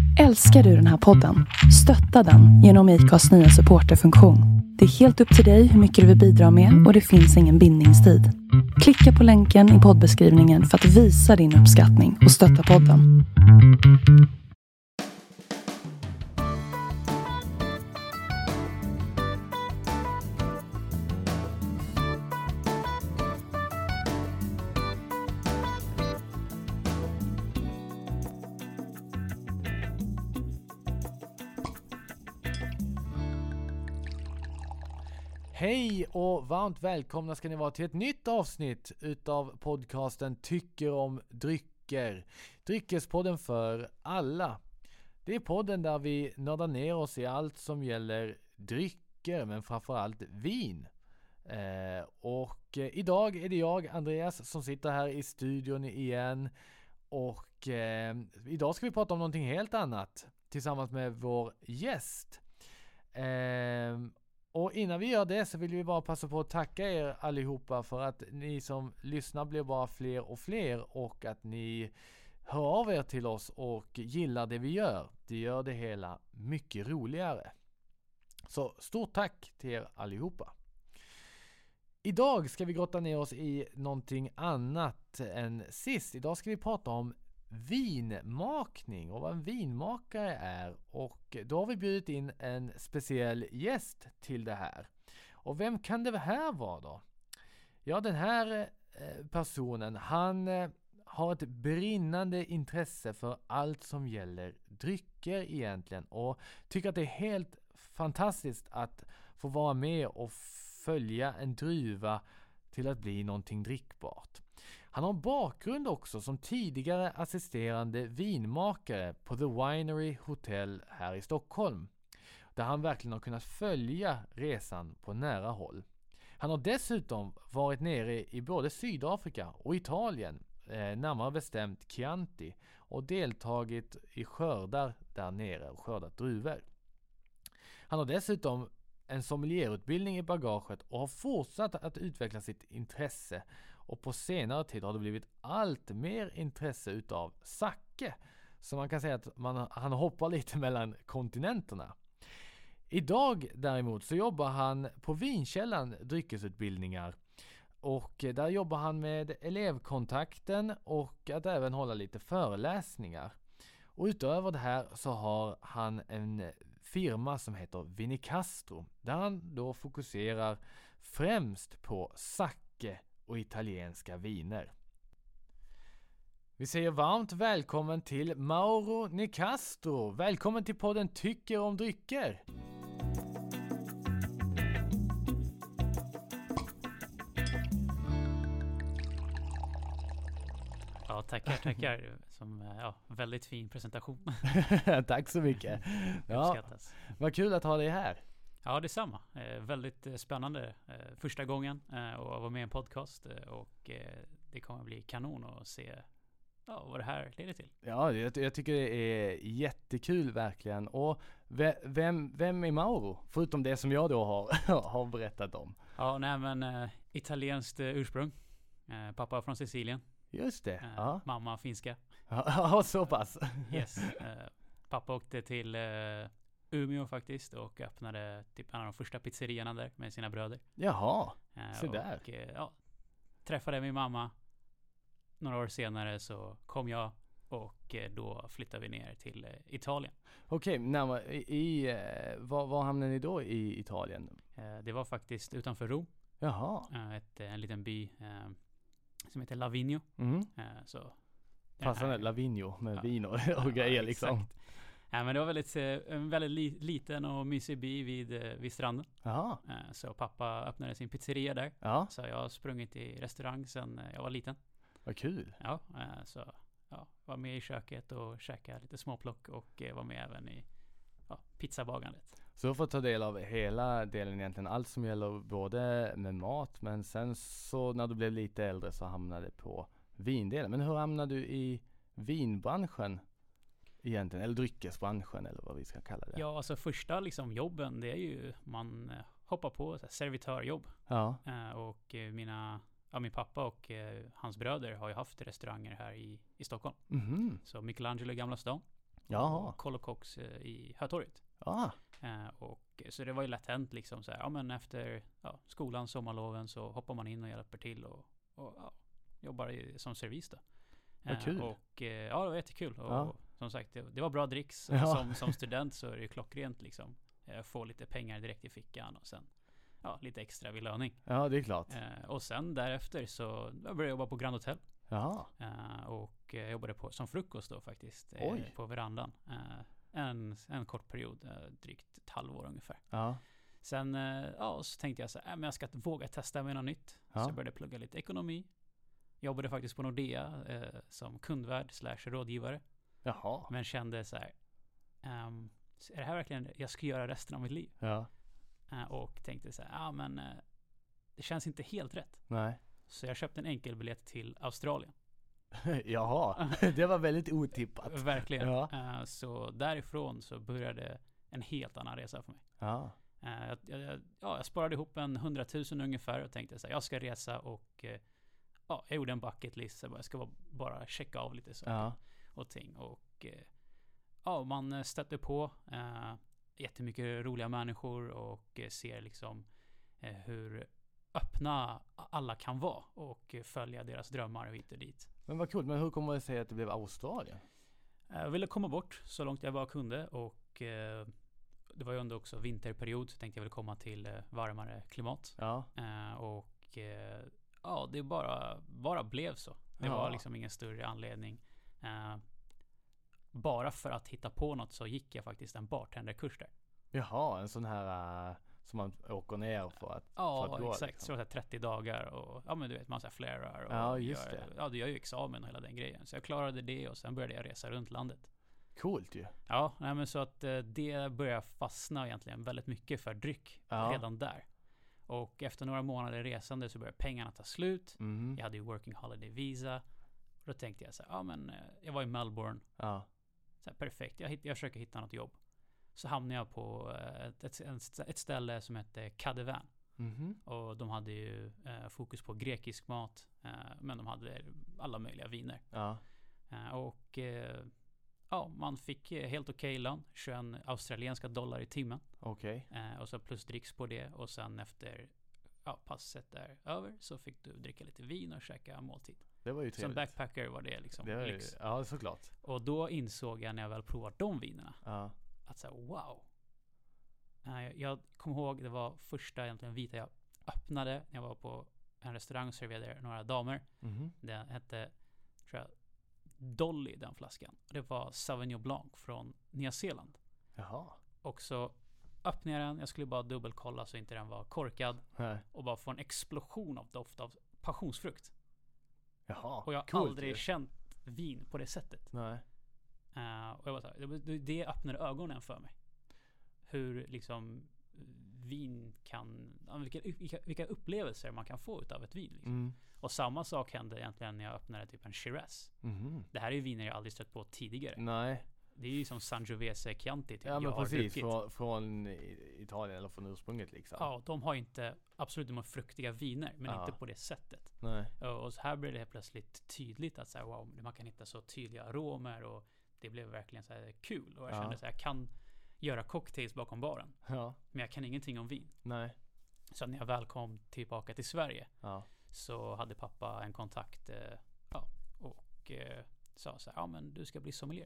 Älskar du den här podden? Stötta den genom IKAs nya supporterfunktion. Det är helt upp till dig hur mycket du vill bidra med och det finns ingen bindningstid. Klicka på länken i poddbeskrivningen för att visa din uppskattning och stötta podden. Hej och varmt välkomna ska ni vara till ett nytt avsnitt utav podcasten Tycker om drycker. Dryckespodden för alla. Det är podden där vi nördar ner oss i allt som gäller drycker, men framförallt vin. Idag är det jag, Andreas, som sitter här i studion igen. Och idag ska vi prata om någonting helt annat tillsammans med vår gäst. Och innan vi gör det så vill vi bara passa på att tacka er allihopa för att ni som lyssnar blir bara fler och fler och att ni hör av er till oss och gillar det vi gör. Det gör det hela mycket roligare. Så stort tack till er allihopa. Idag ska vi grotta ner oss i någonting annat än sist. Idag ska vi prata om vinmakning och vad en vinmakare är, och då har vi bjudit in en speciell gäst till det här. Och vem kan det här vara då? Ja, den här personen, han har ett brinnande intresse för allt som gäller drycker egentligen, och tycker att det är helt fantastiskt att få vara med och följa en druva till att bli någonting drickbart. Han har en bakgrund också som tidigare assisterande vinmakare på The Winery Hotel här i Stockholm, där han verkligen har kunnat följa resan på nära håll. Han har dessutom varit nere i både Sydafrika och Italien, närmare bestämt Chianti, och deltagit i skördar där nere och skördat druvor. Han har dessutom en sommelierutbildning i bagaget och har fortsatt att utveckla sitt intresse, och på senare tid har det blivit allt mer intresse utav sake. Så man kan säga att han hoppar lite mellan kontinenterna. Idag däremot så jobbar han på Vinkällan dryckesutbildningar, och där jobbar han med elevkontakten och att även hålla lite föreläsningar. Och utöver det här så har han en firma som heter Vinicastro, där han då fokuserar främst på sake och italienska viner. Vi säger varmt välkommen till Mauro Nicastro. Välkommen till podden Tycker om drycker. Ja, tackar. Väldigt fin presentation. Tack så mycket. Ja, vad kul att ha dig här. Ja, detsamma. Väldigt spännande första gången att vara med i en podcast, och det kommer bli kanon att se vad det här leder till. Ja, jag tycker det är jättekul verkligen. Och vem är Mauro? Förutom det som jag då har berättat om. Ja, italienskt ursprung. Pappa från Sicilien. Just det. Mamma finska. Ja, så pass. Yes. Pappa åkte till Umeå faktiskt och öppnade typ en av de första pizzerierna där med sina bröder. Jaha, så där. Och, träffade min mamma. Några år senare så kom jag, och då flyttade vi ner till Italien. Okej, var hamnade ni då i Italien? Det var faktiskt utanför Rom. Jaha. En liten by som heter Lavigno. Passande Lavigno med vin och grejer liksom. Exakt. Ja, men det var en väldigt liten och mysig by vid stranden. Jaha. Så pappa öppnade sin pizzeria där. Ja. Så jag har sprungit i restaurang sedan jag var liten. Vad kul. Ja, var med i köket och käkade lite småplock, och var med även i pizzabagandet. Så du får ta del av hela delen egentligen, allt som gäller både med mat, men sen så när du blev lite äldre så hamnade du på vindelen. Men hur hamnade du i vinbranschen egentligen, eller dryckesbranschen eller vad vi ska kalla det? Ja, alltså första jobben, det är ju man hoppar på servitörjobb. Ja. Och min pappa och hans bröder har ju haft restauranger här i Stockholm. Mm-hmm. Så Michelangelo i Gamla stan. på Kolokox i Hötorget. Och så det var ju lätt hänt liksom så här, men efter skolan, sommarloven så hoppar man in och hjälper till och jobbar som servis då. Vad kul. Och det var jättekul. Och som sagt, det var bra dricks. Som student så är det ju klockrent liksom. Få lite pengar direkt i fickan och sen lite extra vid löning. Ja, det är klart. Och sen därefter så började jag jobba på Grand Hotel. Jaha. Och jag jobbade som frukost då faktiskt. På verandan. En kort period, drygt ett halvår ungefär. Ja. Sen så tänkte jag så här, men jag ska våga testa med något nytt. Så jag började plugga lite ekonomi. Jobbade faktiskt på Nordea som kundvärd / rådgivare. Jaha. Men kände så här, är det här verkligen jag ska göra resten av mitt liv? Ja. Och tänkte så här, men det känns inte helt rätt. Nej. Så jag köpte en enkelbiljett till Australien. Jaha, det var väldigt otippat. Verkligen. Ja. Så därifrån så började en helt annan resa för mig. Ja. Jag sparade ihop 100 000 ungefär och tänkte så här, jag ska resa och jag gjorde en bucket list. Jag ska bara checka av lite saker och ting. Och man stötte på jättemycket roliga människor och ser liksom hur öppna alla kan vara och följa deras drömmar hit och dit. Men vad kul, men hur kommer det sig att det blev Australien? Jag ville komma bort så långt jag bara kunde och det var ju ändå också vinterperiod så tänkte jag ville komma till varmare klimat. Ja. Det bara blev så. Det var liksom ingen större anledning. Bara för att hitta på något så gick jag faktiskt en bartenderkurs där. Jaha, en sån här som man åker ner för att gå. Exakt. Liksom. Så det var 30 dagar och men du vet, man så här flarar och du gör ju examen och hela den grejen. Så jag klarade det och sen började jag resa runt landet. Coolt ju. Ja, men så att det började fastna egentligen väldigt mycket för dryck redan där. Och efter några månader resande så började pengarna ta slut. Mm. Jag hade ju working holiday visa. Och då tänkte jag så här, jag var i Melbourne. Ja. Så här, perfekt, jag försöker hitta något jobb. Så hamnade jag på ett ställe som hette Cadevan. Mm. Och de hade ju fokus på grekisk mat. Men de hade alla möjliga viner. Ja. Man fick helt okej lön. 21 australienska dollar i timmen. Okej. Och så plus dricks på det. Och sen efter passet där över så fick du dricka lite vin och käka måltid. Det var ju trevligt. Som backpacker var det liksom lyx. Ja, såklart. Och då insåg jag när jag väl provat de vinerna att så här, wow. Jag kommer ihåg det var första egentligen vita jag öppnade när jag var på en restaurang och serverade några damer. Mm. Det hette, tror jag, Dolly, den flaskan. Det var Sauvignon Blanc från Nya Zeeland. Jaha. Och så öppnade jag den. Jag skulle bara dubbelkolla så inte den var korkad. Nej. Och bara få en explosion av doft av passionsfrukt. Jaha. Och jag har aldrig känt vin på det sättet. Nej. Och jag var så här, det öppnade ögonen för mig. Hur liksom vin kan, vilka upplevelser man kan få utav ett vin liksom. Mm. Och samma sak hände egentligen när jag öppnade typ en Shiraz. Mm. Det här är ju viner jag aldrig stött på tidigare. Nej. Det är ju som Sangiovese Chianti typ. Ja, men precis, från Italien eller från ursprunget liksom. Ja, de har inte absolut de har fruktiga viner, men inte på det sättet. Nej. Och så här blev det helt plötsligt tydligt att så här, wow, man kan hitta så tydliga aromer och det blev verkligen så här kul. Och jag kände så här, jag kan göra cocktails bakom baren. Ja. Men jag kan ingenting om vin. Nej. Så när jag väl kom tillbaka till Sverige så hade pappa en kontakt och sa så här, men du ska bli sommelier.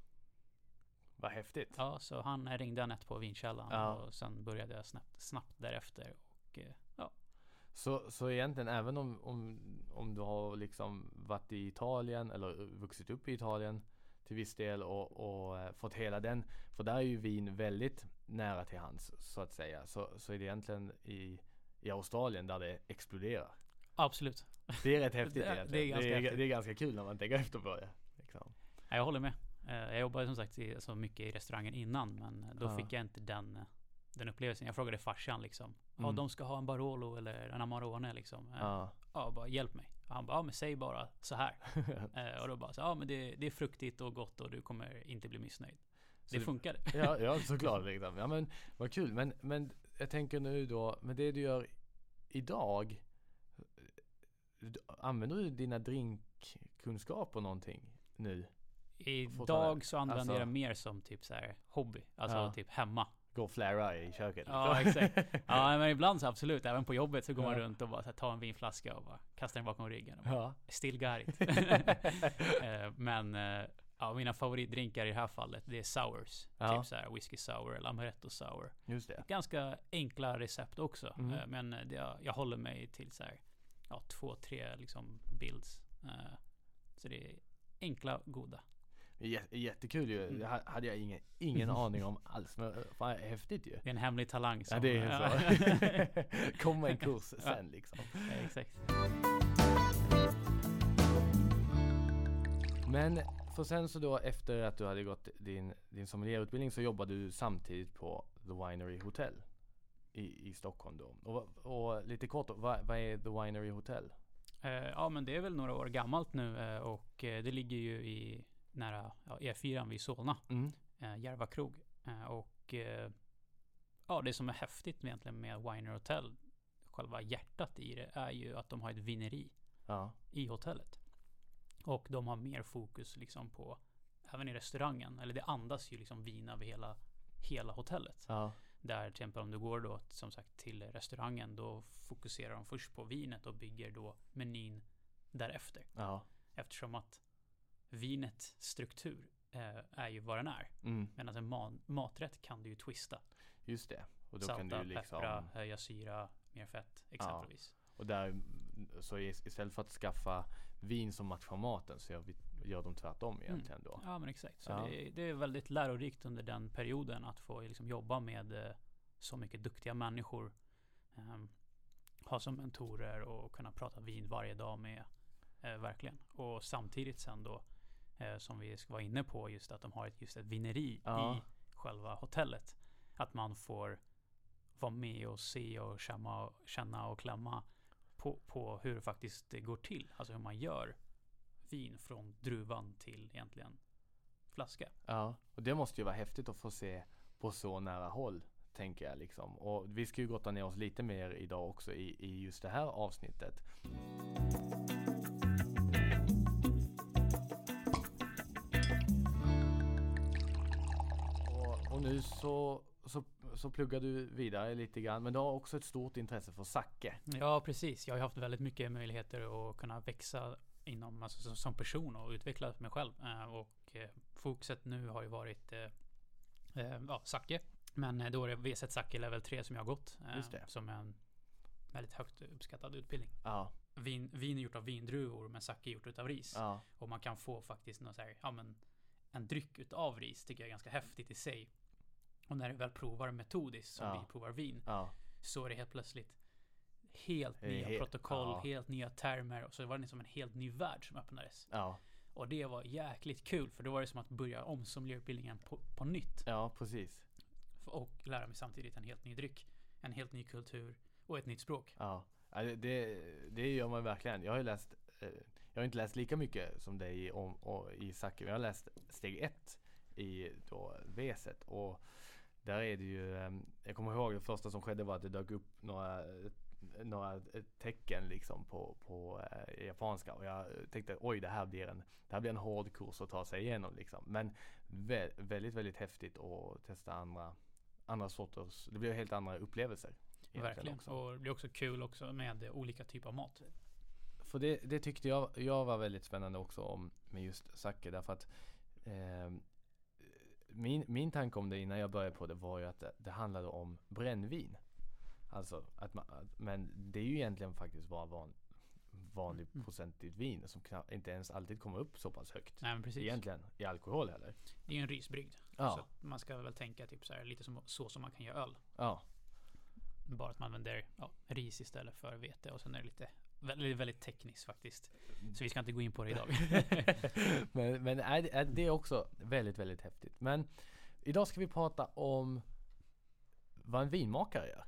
Vad häftigt. Ja, så han ringde Anette på vinkällan och sen började jag snabbt därefter och Så egentligen även om du har liksom varit i Italien eller vuxit upp i Italien till viss del och fått hela den, för där är ju vin väldigt nära till hands så att säga, så är det egentligen i Australien där det exploderar. Absolut. Det är rätt häftigt. Det är ganska kul när man tänker efter på det liksom. Ja, jag håller med. Jag jobbade som sagt så mycket i restaurangen innan, men då fick jag inte den upplevelsen. Jag frågade farsan liksom, de ska ha en Barolo eller en Amarone liksom. Bara hjälp mig. Och han bara, men säg bara så här. Och då bara så, men det är fruktigt och gott och du kommer inte bli missnöjd. Så det funkade. Ja, såklart liksom. Ja, men vad kul. Men jag tänker nu då, med det du gör idag, använder du dina drinkkunskaper någonting nu? Idag så använder jag det mer som typ så här hobby. Alltså typ hemma. Gå och flära i köket. Ja, exakt. Ja, men ibland så absolut. Även på jobbet så går man runt och bara så här, tar en vinflaska och bara kastar den bakom ryggen. Och bara, still got it. Men mina favoritdrinkar i det här fallet, det är sours. Typ så här whisky sour eller amaretto sour. Just det. Ganska enkla recept också. Men jag håller mig till så här 2-3 liksom builds. Så det är enkla, goda. Jättekul ju. Det hade jag ingen aning om alls. Men fan, häftigt ju. Det är en hemlig talang. Ja, det är så. Kommer en kurs sen liksom. Ja, exakt. Men för sen så då efter att du hade gått din sommelierutbildning så jobbade du samtidigt på The Winery Hotel i Stockholm då. Och lite kort, vad är The Winery Hotel? Ja, men det är väl några år gammalt nu och det ligger ju i nära E4 vid Solna, Järva krog. Och det som är häftigt egentligen med Winery Hotel, själva hjärtat i det, är ju att de har ett vineri i hotellet. Och de har mer fokus liksom på, även i restaurangen, eller det andas ju liksom vin över hela hotellet. Där till exempel om du går då som sagt till restaurangen, då fokuserar de först på vinet och bygger då menyn därefter. Eftersom att vinets struktur är ju vad den är. Medan en maträtt kan du ju twista. Just det. Och då salta, kan du liksom peppra, höja syra, mer fett exempelvis. Och där, så istället för att skaffa vin som matchar maten så gör de tvärtom egentligen då. Ja, men exakt. Så det är väldigt lärorikt under den perioden att få liksom jobba med så mycket duktiga människor. Ha som mentorer och kunna prata vin varje dag med verkligen. Och samtidigt sen då som vi ska vara inne på, just att de har ett vineri i själva hotellet. Att man får vara med och se och känna och klämma på hur det faktiskt går till. Alltså hur man gör vin från druvan till egentligen flaska. Ja, och det måste ju vara häftigt att få se på så nära håll, tänker jag liksom. Och vi ska ju gotta ner oss lite mer idag också i just det här avsnittet. Och nu så pluggar du vidare lite grann, men du har också ett stort intresse för sake. Ja, precis. Jag har haft väldigt mycket möjligheter att kunna växa inom, alltså, som person och utveckla mig själv. Och fokuset nu har ju varit sake. Men då är det V7 Sake level 3 som jag har gått. Som är en väldigt högt uppskattad utbildning. Vin är gjort av vindruvor, men sake är gjort utav ris. Och man kan få faktiskt någon så här, en dryck utav ris tycker jag är ganska häftigt i sig. Och när du väl provar metodiskt som vi provar vin, så är det helt plötsligt helt nya protokoll, helt nya termer, och så var det som en helt ny värld som öppnades. Och det var jäkligt kul, för då var det som att börja om sommelierutbildningen på nytt. Ja, precis. Och lära mig samtidigt en helt ny dryck, en helt ny kultur och ett nytt språk. Det gör man verkligen. Jag har inte läst lika mycket som dig i sake, men jag har läst steg 1 i då V7, och där är det ju, jag kommer ihåg det första som skedde var att det dök upp några tecken liksom på japanska, och jag tänkte oj, det här blir en hård kurs att ta sig igenom liksom. Men väldigt, väldigt häftigt att testa andra sorters, det blir helt andra upplevelser. Verkligen, också. Och det blir också kul också med olika typer av mat. För det tyckte jag var väldigt spännande också med just sake, därför att min tanke om det innan jag började på det var ju att det handlade om brännvin. Alltså men det är ju egentligen faktiskt bara vanlig procentigt vin som inte ens alltid kommer upp så pass högt. Nej, men precis. Egentligen i alkohol heller. Det är ju en risbrygd. Så man ska väl tänka typ så här, lite som man kan göra öl. Bara att man använder ris istället för vete, och sen är det lite väldigt, väldigt tekniskt faktiskt. Så vi ska inte gå in på det idag. men det är också väldigt, väldigt häftigt. Men idag ska vi prata om vad en vinmakare gör.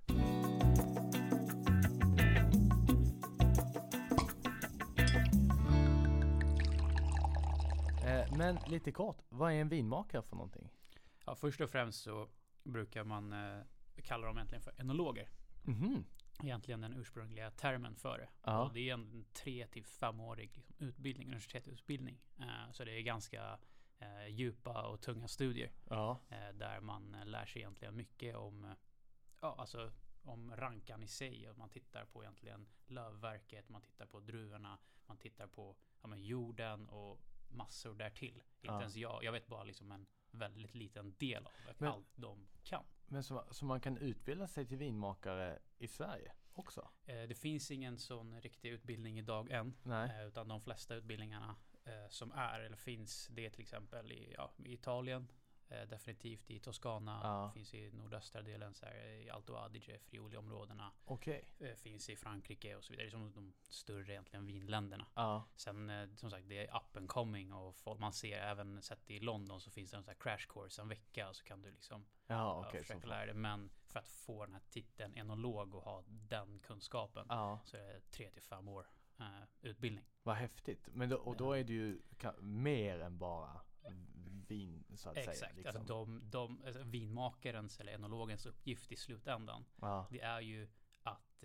Men lite kort, vad är en vinmakare för någonting? Ja, först och främst så brukar man kalla dem egentligen för enologer. Egentligen den ursprungliga termen för det. Och det är en 3 till 5-årig liksom, utbildning, universitetsutbildning. Så det är ganska djupa och tunga studier. Ja. Där man lär sig egentligen mycket om alltså om rankan i sig. Och man tittar på egentligen lövverket, man tittar på druvorna, man tittar på jorden och massor därtill. Inte ens jag vet bara liksom en väldigt liten del av allt de kan. Men så man kan utbilda sig till vinmakare i Sverige också? Det finns ingen sån riktig utbildning idag än. Utan de flesta utbildningarna som eller finns, det är till exempel i Italien, definitivt i Toscana, finns i nordöstra delen så här, i Alto Adige, Friuli-områdena. Finns i Frankrike och så vidare, som de större egentligen vinländerna. Sen som sagt, det är up and coming och man ser även sett i London så finns det en sån här crash course en vecka och så kan du liksom försöka lära dig. Men för att få den här titeln enolog och ha den kunskapen så är det 3 till 5 år utbildning. Vad häftigt. Men då är det ju mer än bara vin, så att säga. Exakt. Liksom. Alltså vinmakarens eller enologens uppgift i slutändan, det är ju att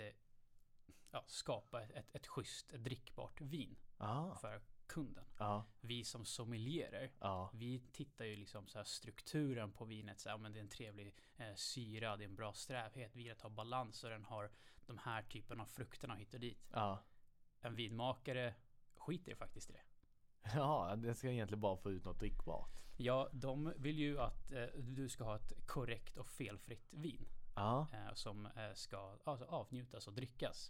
skapa ett schysst, drickbart vin för kunden. Vi som sommelierer, vi tittar ju liksom så här strukturen på vinet, så här, men det är en trevlig syra, det är en bra strävhet, vinet har balans och den har de här typen av frukterna hit och dit. En vinmakare skiter faktiskt i det. Ja, det ska egentligen bara få ut något drickbart. Ja, de vill ju att du ska ha ett korrekt och felfritt vin. Som ska avnjutas och drickas.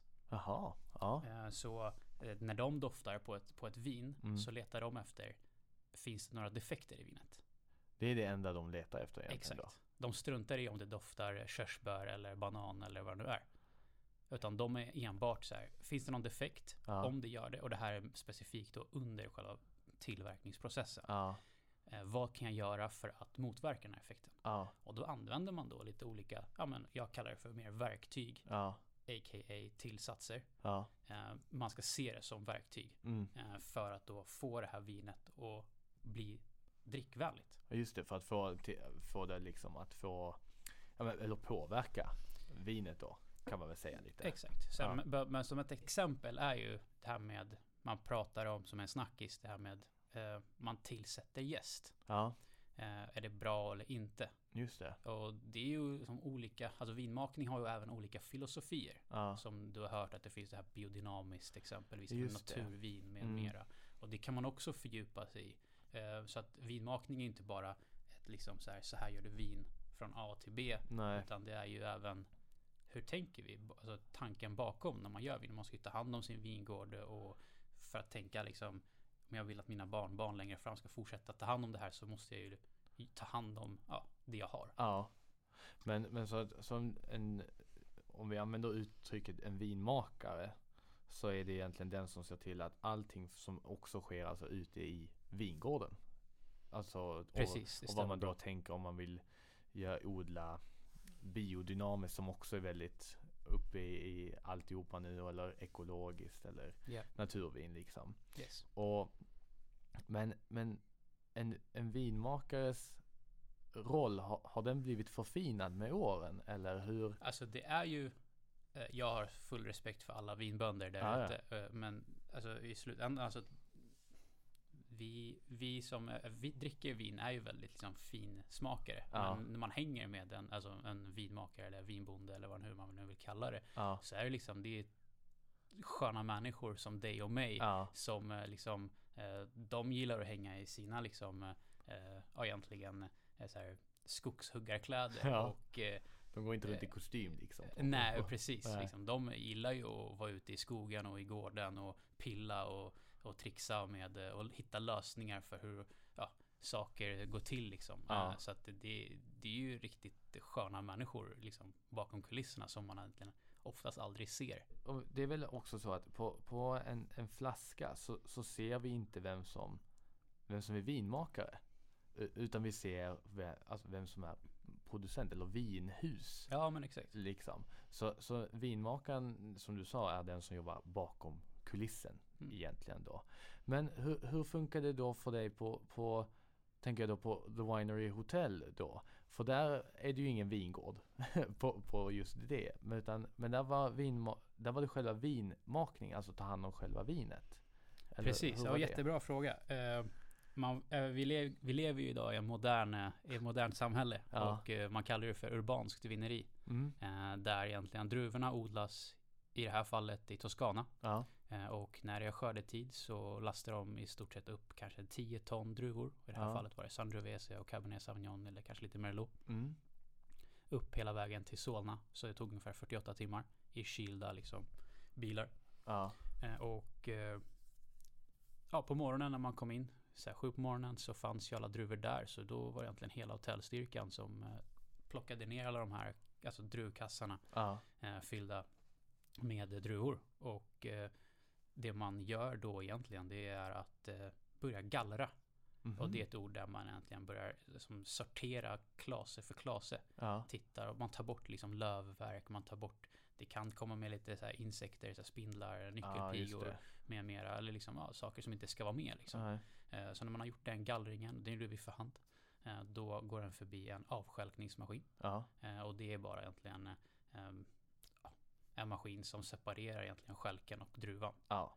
Så när de doftar på ett vin så letar de efter, finns det några defekter i vinet? Det är det enda de letar efter egentligen. Exakt. De struntar i om det doftar körsbär eller banan eller vad det nu är. Utan de är enbart så här, finns det någon defekt? Om det gör det, och det här är specifikt då under själva tillverkningsprocessen. Vad kan jag göra för att motverka den här effekten? Och då använder man då lite olika, jag kallar det för mer verktyg, a.k.a. tillsatser. Man ska se det som verktyg för att då få det här vinet att bli drickvänligt. Just det, för att få det liksom att få eller påverka vinet då, kan man väl säga lite. Exakt. Sen, men som ett exempel är ju det här med, man pratar om som en snackis, det här med man tillsätter jäst. Är det bra eller inte? Just det. Och det är ju som olika, alltså vinmakning har ju även olika filosofier. Som du har hört att det finns det här biodynamiskt exempelvis, naturvin med mera. Och det kan man också fördjupa sig i. Så att vinmakning är inte bara ett liksom så här gör du vin från A till B. Utan det är ju även, hur tänker vi? Alltså tanken bakom när man gör vin. Man ska ju ta hand om sin vingård, och för att tänka liksom, om jag vill att mina barnbarn längre fram ska fortsätta ta hand om det här, så måste jag ju ta hand om det jag har. Men så om vi använder uttrycket en vinmakare, så är det egentligen den som ser till att allting som också sker alltså ute i vingården. Alltså, precis, och vad man då tänker om man vill odla biodynamiskt, som också är väldigt uppe i alltihopa nu, eller ekologiskt eller naturvin liksom. Men en vinmakares roll, har den blivit förfinad med åren, eller hur? Alltså det är ju, jag har full respekt för alla vinbönder där ute, men alltså i slutändan, alltså vi som vi dricker vin är ju väldigt liksom finsmakare. Men när man hänger med en vinmakare eller vinbonde eller hur man nu vill kalla det, så är det liksom, det är sköna människor som dig och mig som liksom de gillar att hänga i sina liksom egentligen så här skogshuggarkläder och de går inte runt i kostym liksom. Nej, precis. Liksom, de gillar ju att vara ute i skogen och i gården och pilla och trixa med och hitta lösningar för hur saker går till liksom. Så att det är ju riktigt sköna människor liksom bakom kulisserna som man egentligen oftast aldrig ser. Och det är väl också så att på en flaska så ser vi inte vem som är vinmakare, utan vi ser vem som är producent eller vinhus. Ja, men exakt. Liksom. Så vinmakaren, som du sa, är den som jobbar bakom kulissen egentligen då. Men hur funkar det då för dig på tänker jag då på The Winery Hotel då? För där är det ju ingen vingård på just det. Men där var det själva vinmakning, alltså ta hand om själva vinet. Eller precis, jättebra fråga. Vi lever ju idag i ett modernt samhälle och man kallar det för urbanskt vineri. Där egentligen druvorna odlas i det här fallet i Toscana. Och när det är skördetid så lastar de i stort sett upp kanske 10 ton druvor. I det här fallet var det Sangiovese och Cabernet Sauvignon eller kanske lite Merlot. Upp hela vägen till Solna. Så det tog ungefär 48 timmar i kylda liksom bilar. På morgonen när man kom in så här 7 på morgonen så fanns ju alla druvor där. Så då var det egentligen hela hotellstyrkan som plockade ner alla de här alltså druvkassarna fyllda med druvor. Och det man gör då egentligen det är att börja gallra. Och det är ett ord där man egentligen börjar liksom sortera klase för klase. Tittar och man tar bort liksom lövverk, man tar bort, det kan komma med lite så här insekter, så här spindlar, nyckelpigor med mera, eller liksom saker som inte ska vara med liksom. Så när man har gjort den gallringen, det är det för hand, då går den förbi en avstjälkningsmaskin. Och det är bara egentligen en maskin som separerar egentligen stjälken och druvan.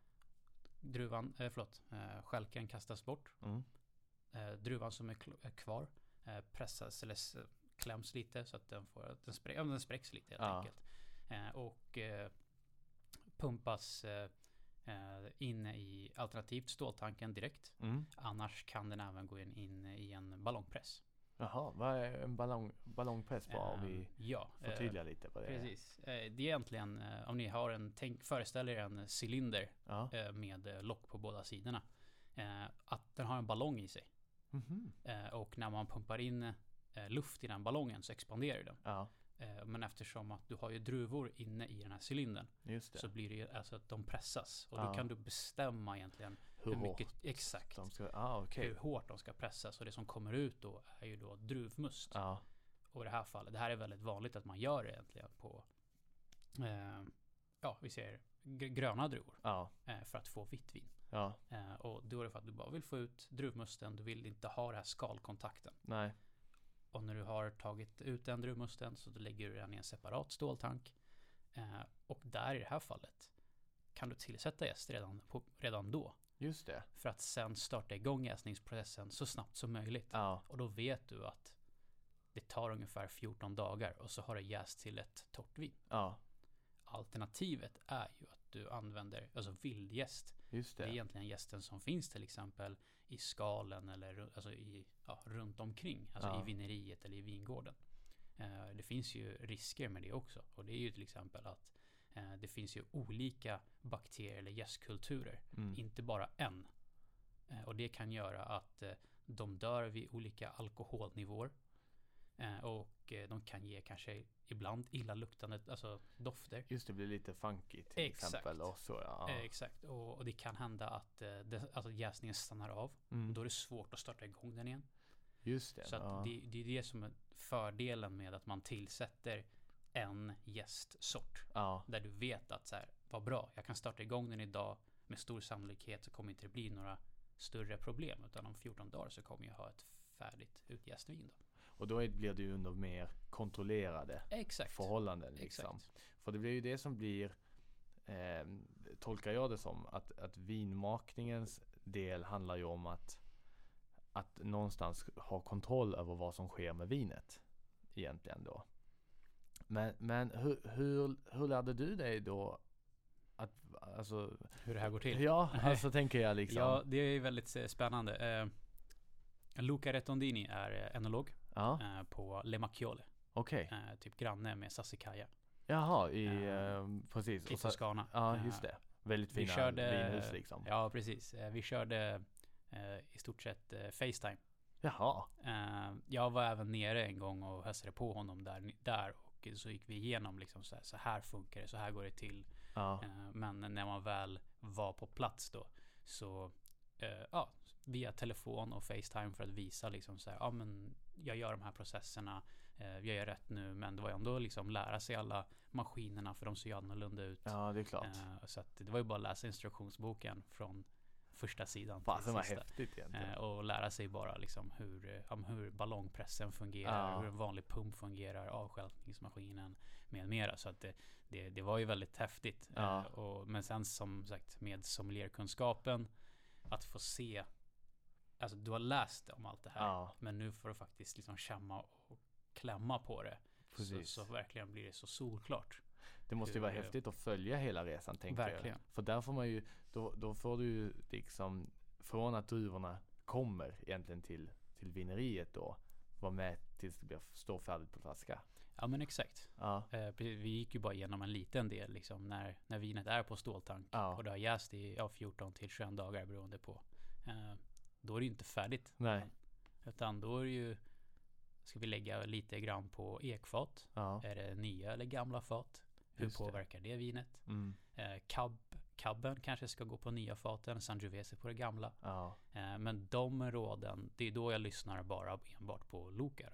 Stjälken kastas bort. Druvan som är kvar pressas eller kläms lite så att den spräcks lite helt enkelt. Och pumpas in i alternativt ståltanken direkt. Annars kan den även gå in i en ballongpress. Jaha, vad är en ballongpress på om vi förtydligar lite vad det är? Precis. Det är egentligen om ni har föreställer er en cylinder med lock på båda sidorna. Att den har en ballong i sig. Och när man pumpar in luft i den ballongen så expanderar den. Men eftersom att du har ju druvor inne i den här cylindern så blir det ju alltså att de pressas. Och då kan du bestämma egentligen hur mycket exakt hur hårt de ska pressas. Och det som kommer ut då är ju då druvmust. Och i det här fallet, det här är väldigt vanligt att man gör det egentligen på vi ser gröna druvor för att få vitt vin. Och då är det för att du bara vill få ut druvmusten, du vill inte ha den här skalkontakten. Och när du har tagit ut den druvmusten så då lägger du den i en separat ståltank. Och där i det här fallet kan du tillsätta jäst redan då. Just det. För att sen starta igång jäsningsprocessen så snabbt som möjligt. Och då vet du att det tar ungefär 14 dagar och så har det jäst till ett torrt vin. Alternativet är ju att du använder alltså vildjäst. Just det. Det är egentligen jästen som finns till exempel i skalen eller alltså runt omkring, alltså i vineriet eller i vingården. Det finns ju risker med det också, och det är ju till exempel att det finns ju olika bakterier eller jästkulturer, inte bara en. Och det kan göra att de dör vid olika alkoholnivåer. Och de kan ge kanske ibland illaluktande alltså dofter. Just det, blir lite funky till exempel. Och så, exakt. Och det kan hända att alltså jäsningen stannar av. Och då är det svårt att starta igång den igen. Just det. Så att det är det som är fördelen med att man tillsätter en jästsort. Där du vet att så här, vad bra, jag kan starta igång den idag. Med stor sannolikhet så kommer inte det bli några större problem. Utan om 14 dagar så kommer jag ha ett färdigt utjäst vin då. Och då blir det ju under mer kontrollerade förhållanden. Liksom. Exakt. För det blir ju det som blir, tolkar jag det som, att vinmakningens del handlar ju om att någonstans ha kontroll över vad som sker med vinet egentligen då. Men hur lärde du dig då att, alltså, hur det här går till? Ja, alltså tänker jag liksom. Ja, det är väldigt spännande. Luca Rettondini är enolog på Le Macchiole. Typ granne med Sassicaia. Jaha, precis. I Toscana. Ja, just det. Väldigt fina vinhus liksom. Ja, precis. Vi körde i stort sett FaceTime. Jaha. Jag var även nere en gång och hälsade på honom där och så gick vi igenom liksom så här funkar det, så här går det till. Men när man väl var på plats då så via telefon och FaceTime för att visa liksom så här, men jag gör de här processerna, jag gör rätt nu, men det var ju ändå liksom lära sig alla maskinerna för de ser ju annorlunda ut. Ja, det är klart. Så att det var ju bara att läsa instruktionsboken från första sidan till sista. Vad häftigt egentligen. Och lära sig bara liksom hur ballongpressen fungerar, hur en vanlig pump fungerar, avstjälpningsmaskinen med mera. Så att det var ju väldigt häftigt. Men sen som sagt med sommelierkunskapen att få se alltså du har läst om allt det här, men nu får du faktiskt liksom känna och klämma på det. Så verkligen blir det så solklart. Det måste ju vara häftigt att följa hela resan, tänker jag. För där får man ju, då får du ju liksom från att druvorna kommer egentligen till vineriet då, vara med tills det står färdigt på flaska. Ja, men exakt. Vi gick ju bara igenom en liten del liksom, när vinet är på ståltank och det har jäst i 14 till 21 dagar beroende på. Då är det ju inte färdigt. Nej. Utan då är det ju, ska vi lägga lite grann på ekfat. Är det nya eller gamla fat? Hur påverkar det vinet? Cabben kanske ska gå på nya faten, Sangiovese på det gamla. Men de råden, det är då jag lyssnar bara enbart på Luca.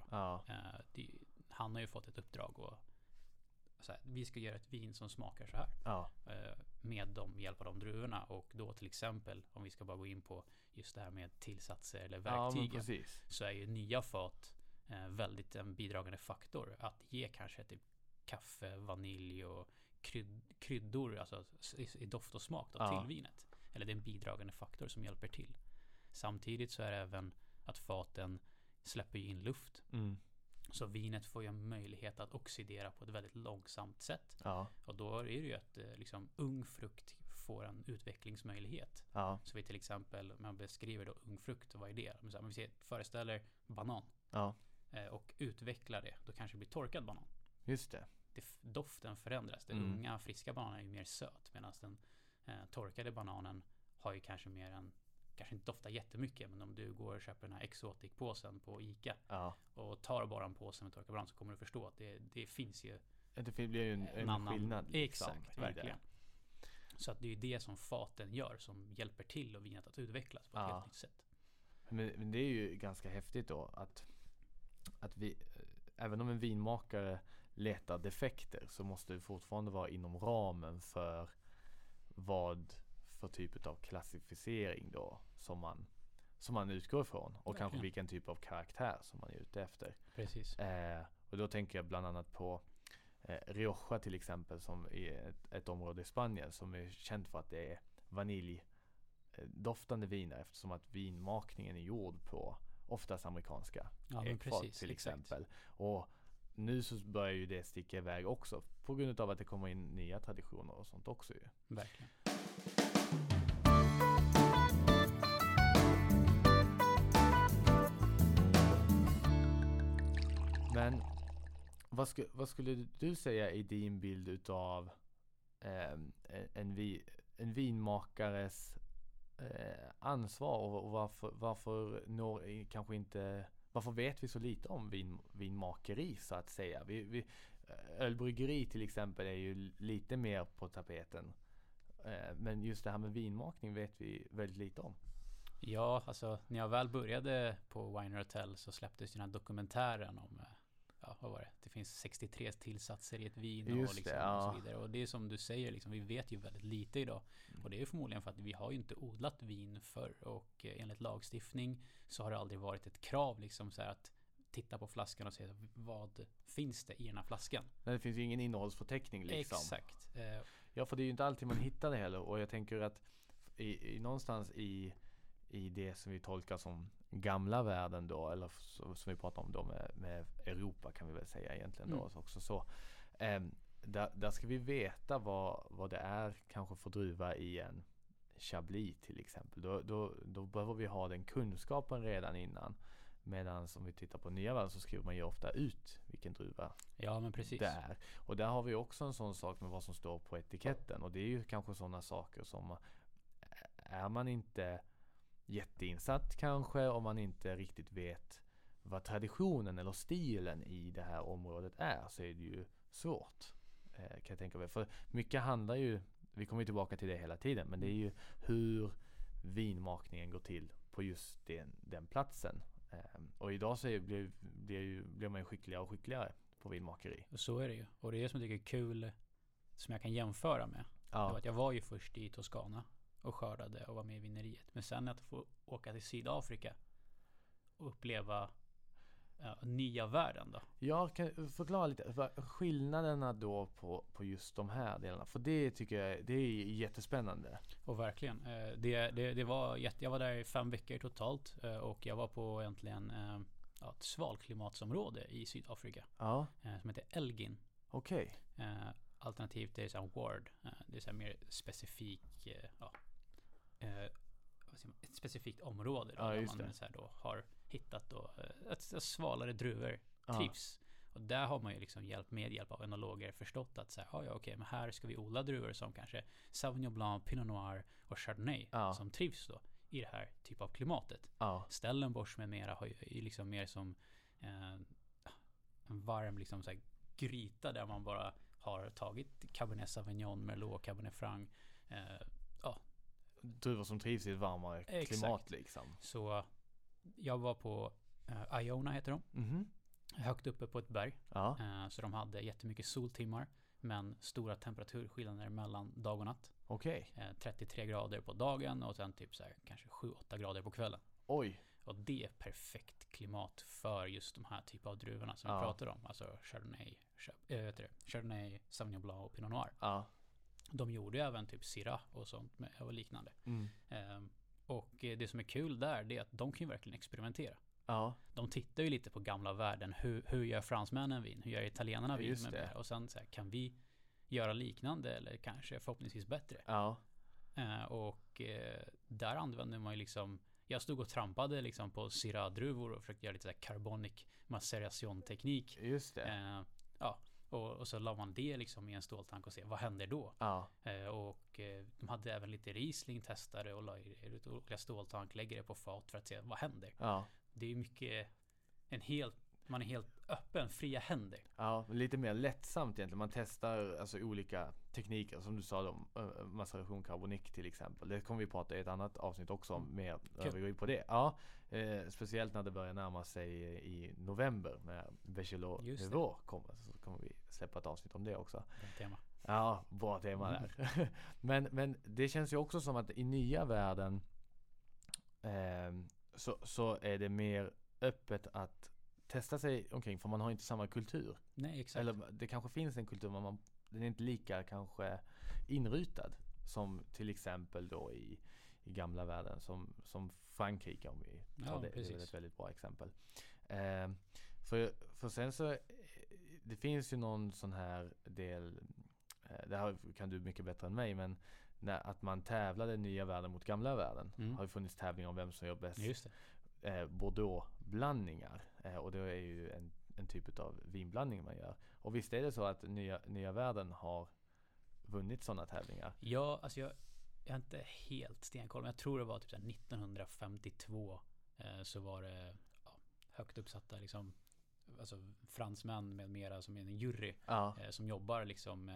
Han har ju fått ett uppdrag och så här, vi ska göra ett vin som smakar så här. Med hjälp av de druvorna. Och då till exempel, om vi ska bara gå in på just det här med tillsatser eller verktygen, så är ju nya fat väldigt en bidragande faktor att ge kanske typ kaffe, vanilj och kryddor, alltså i doft och smak då, till vinet. Eller det är en bidragande faktor som hjälper till. Samtidigt så är det även att faten släpper in luft. Så vinet får ju en möjlighet att oxidera på ett väldigt långsamt sätt. Och då är det ju att liksom, ung frukt får en utvecklingsmöjlighet. Så vi till exempel, om man beskriver då ung frukt, vad är det? Om vi föreställer banan och utvecklar det, då kanske det blir torkad banan. Just det. Doften förändras. Den unga, friska bananen är ju mer söt, medan den torkade bananen har ju kanske mer en, kanske inte doftar jättemycket, men om du går och köper den här exotikpåsen på ICA och tar bara en påse med torkad banan, så kommer du förstå att det finns ju det blir ju en annan skillnad. Exakt, verkligen. Så att det är ju det som faten gör som hjälper till och vinet att utvecklas på ett helt nytt sätt. Men det är ju ganska häftigt då att vi, även om en vinmakare letar defekter, så måste det fortfarande vara inom ramen för vad för typ av klassificering då som man utgår ifrån, och kanske vilken typ av karaktär som man är ute efter. Precis. Och då tänker jag bland annat på Rioja till exempel, som är ett område i Spanien som är känt för att det är vaniljdoftande viner, eftersom att vinmakningen är gjord på oftast amerikanska ekfat till exempel. Exakt. Och nu så börjar ju det sticka iväg också på grund av att det kommer in nya traditioner och sånt också ju. Verkligen. Men vad skulle du säga i din bild utav en vinmakares ansvar, och varför vet vi så lite om vinmakeri så att säga? Ölbryggeri till exempel är ju lite mer på tapeten. Men just det här med vinmakning vet vi väldigt lite om. Ja, alltså när jag väl började på Wine Hotel så släpptes den här dokumentären om vad var det? Det finns 63 tillsatser i ett vin och, liksom, och så vidare. Och det är som du säger, liksom, vi vet ju väldigt lite idag. Och det är förmodligen för att vi har ju inte odlat vin förr. Och enligt lagstiftning så har det aldrig varit ett krav liksom, så här, att titta på flaskan och se vad finns det i den här flaskan. Nej, det finns ju ingen innehållsförteckning liksom. Exakt. Ja, för det är ju inte alltid man hittar det heller. Och jag tänker att någonstans i det som vi tolkar som gamla världen då, eller som vi pratar om då med Europa kan vi väl säga egentligen då också så. Där ska vi veta vad det är kanske för druva i en Chablis till exempel. Då behöver vi ha den kunskapen redan innan. Medan om vi tittar på nya världen så skriver man ju ofta ut vilken druva men precis. det är. Och där har vi också en sån sak med vad som står på etiketten. Och det är ju kanske sådana saker som är man inte jätteinsatt kanske, om man inte riktigt vet vad traditionen eller stilen i det här området är, så är det ju svårt, kan jag tänka mig. För mycket handlar ju, vi kommer ju tillbaka till det hela tiden, men det är ju hur vinmakningen går till på just den platsen. Och idag så blir man ju skickligare och skickligare på vinmakeri. Och så är det ju. Och det är det som jag tycker är kul, som jag kan jämföra med. Det var att jag var ju först i Toscana och skördade och var med i vineriet. Men sen att få åka till Sydafrika och uppleva nya världen då. Jag kan förklara lite skillnaderna då på just de här delarna. För det tycker jag det är jättespännande. Och verkligen. Det var jag var där i 5 veckor totalt. Och jag var på egentligen ett svalklimatsområde i Sydafrika. Ja. Som heter Elgin. Okej. Alternativt är det Ward. Det är så här mer specifik ett specifikt område då, där man så här då har hittat då att svalare druvor trivs. Och där har man ju liksom med hjälp av enologer förstått att så här, okej, men här ska vi odla druvor som kanske Sauvignon Blanc, Pinot Noir och Chardonnay som trivs då i det här typ av klimatet. Stellenbosch med mera har ju liksom mer som en varm liksom så här gryta där man bara har tagit Cabernet Sauvignon, Merlot, Cabernet Franc. Druvor som trivs i ett varmare klimat liksom. Så jag var på Iona heter de. Mm-hmm. Högt uppe på ett berg. Så de hade jättemycket soltimmar men stora temperaturskillnader mellan dag och natt. Okej. 33 grader på dagen och sen typ så här, kanske 7-8 grader på kvällen. Oj. Och det är perfekt klimat för just de här typer av druvorna som vi pratar om. Alltså Chardonnay, Sauvignon Blanc och Pinot Noir. De gjorde även typ Syrah och sånt och liknande. Och det som är kul där det är att de kan ju verkligen experimentera. De tittar ju lite på gamla världen. Hur gör fransmännen vin? Hur gör italienarna vin? Och sen så här, kan vi göra liknande eller kanske förhoppningsvis bättre? Och där använder man ju liksom. Jag stod och trampade liksom på Syrah-druvor och försökte göra lite så här carbonic maceration-teknik. Just det. Och så la man det liksom i en ståltank och se vad händer då. Och de hade även lite Riesling testade och la i olika ståltank, lägger det på fat för att se vad händer. Det är mycket man är helt öppen, fria händer. Lite mer lättsamt egentligen. Man testar alltså olika tekniker som du sa om maceration carbonic till exempel. Det kommer vi prata i ett annat avsnitt också om mer övergång på det. Speciellt när det börjar närma sig i november med Bechelot Nivå så kommer vi släppa ett avsnitt om det också. Tema. Bra tema där. men det känns ju också som att i nya världen så är det mer öppet att testa sig omkring för man har inte samma kultur. Nej, exakt. Eller det kanske finns en kultur men den är inte lika kanske inrutad som till exempel då i gamla världen som Frankrike om vi tar det. Det är ett väldigt bra exempel. För sen så det finns ju någon sån här del det här kan du mycket bättre än mig men att man tävlade nya världen mot gamla världen har ju funnits tävlingar om vem som gör bäst. Just det. Bordeaux-blandningar och det är ju en typ av vinblandning man gör. Och visst är det så att nya världen har vunnit sådana tävlingar? Ja, alltså jag är inte helt stenkoll men jag tror det var typ 1952 så var det högt uppsatta liksom, alltså fransmän med mera som är en jury som jobbar liksom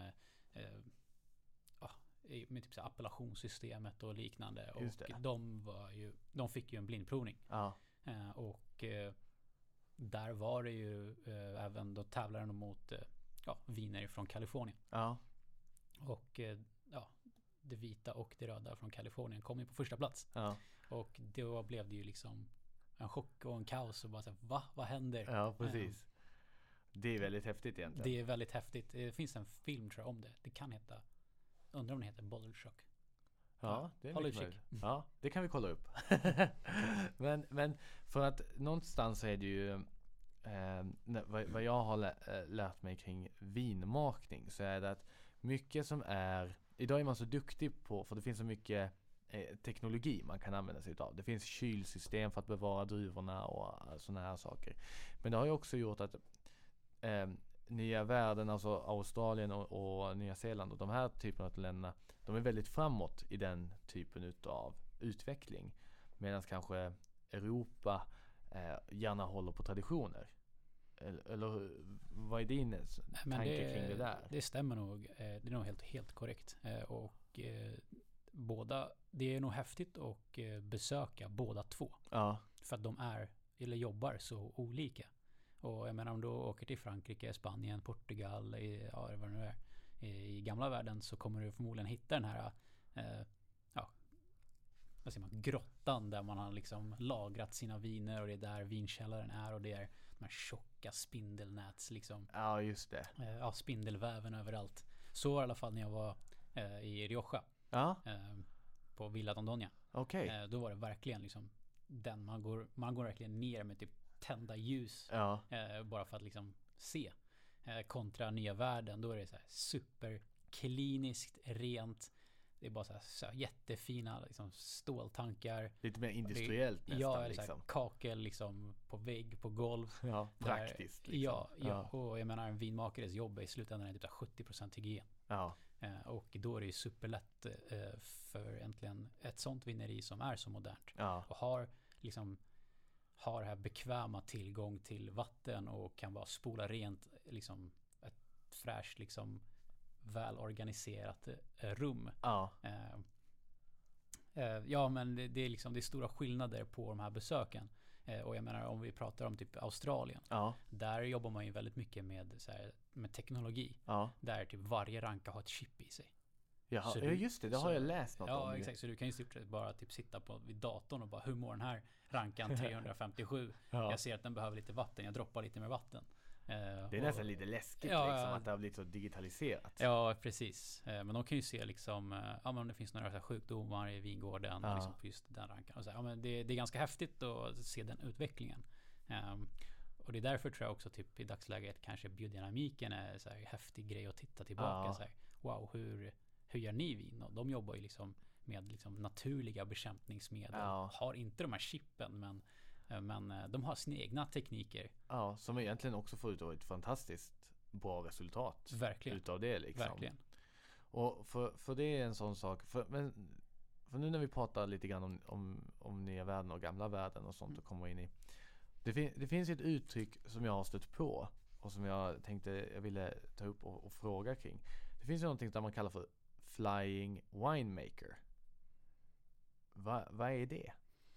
med typ så appellationssystemet och liknande och de fick ju en blindprovning. Och där var det ju även då tävlade de mot viner från Kalifornien. Och det vita och det röda från Kalifornien kom ju på första plats. Och då blev det ju liksom en chock och en kaos och bara så här, vad händer? Ja, precis. Det är väldigt häftigt egentligen. Det är väldigt häftigt. Det finns en film tror jag om det. Det kan heta, undrar om den heter Bottle Shock. Det är mycket möjligt. Det kan vi kolla upp. men för att någonstans är det ju vad jag har lärt mig kring vinmakning så är det att mycket som är idag är man så duktig på för det finns så mycket teknologi man kan använda sig av. Det finns kylsystem för att bevara druvorna och sådana här saker. Men det har ju också gjort att nya världen, alltså Australien och Nya Zeeland och de här typerna av länderna, de är väldigt framåt i den typen av utveckling. Medan kanske Europa gärna håller på traditioner. Eller vad är din tanke kring det där? Det stämmer nog. Det är nog helt korrekt. Och båda, det är nog häftigt att besöka båda två. För att de jobbar så olika. Och jag menar om du åker till Frankrike, Spanien, Portugal, vad det nu är. I gamla världen så kommer du förmodligen hitta den här vad säger man, grottan där man har liksom lagrat sina viner och det är där vinkällaren är och det är de här tjocka spindelnäts liksom. Ja, just det. Spindelväven överallt. Så var det i alla fall när jag var i Rioja. Ja. På Villa Dondonia. Okej. Då var det verkligen liksom den man går verkligen ner med typ tända ljus. Ja. Bara för att liksom se. Kontra nya världen, då är det så här superkliniskt rent. Det är bara så här jättefina liksom ståltankar. Lite mer industriellt nästan. Ja, liksom. så här, kakel liksom på vägg, på golv. Ja, praktiskt. Liksom. Liksom. Ja, och jag menar en vinmakares jobb är i slutändan är typ 70% hygien. Ja. Och då är det ju superlätt för egentligen ett sånt vineri som är så modernt. Ja. Och har det här bekväma tillgång till vatten och kan bara spola rent liksom ett fräscht liksom välorganiserat rum. Ja. Ja, men det är liksom, det är stora skillnader på de här besöken. Och jag menar om vi pratar om typ Australien. Ja. Där jobbar man ju väldigt mycket med, så här, med teknologi. Ja. Där typ varje ranka har ett chip i sig. Jaha, Så ja just det har jag läst något om. Ja, exakt. Så du kan ju stort sett bara typ sitta vid datorn och bara, hur mår den här rankan 357? Ja. Jag ser att den behöver lite vatten, jag droppar lite mer vatten. Det är nästan lite läskigt liksom, att det har blivit så digitaliserat. Ja, precis. Men de kan ju se liksom, om det finns några så här sjukdomar i vingården liksom på just den rankan. Och så här, men det är ganska häftigt att se den utvecklingen. Och det är därför tror jag också typ i dagsläget kanske biodynamiken är så här häftig grej att titta tillbaka. Så här, wow, hur gör ni vin? Och de jobbar ju liksom med liksom naturliga bekämpningsmedel. Har inte de här chippen, men de har sina egna tekniker. Ja, som egentligen också får ut ett fantastiskt bra resultat. Verkligen. Utav det liksom. Verkligen. Och för det är en sån sak. För nu när vi pratar lite grann om nya världen och gamla världen och sånt och kommer in i. Det finns ett uttryck som jag har stött på och som jag ville ta upp och fråga kring. Det finns ju någonting som man kallar för flying winemaker. Vad är det?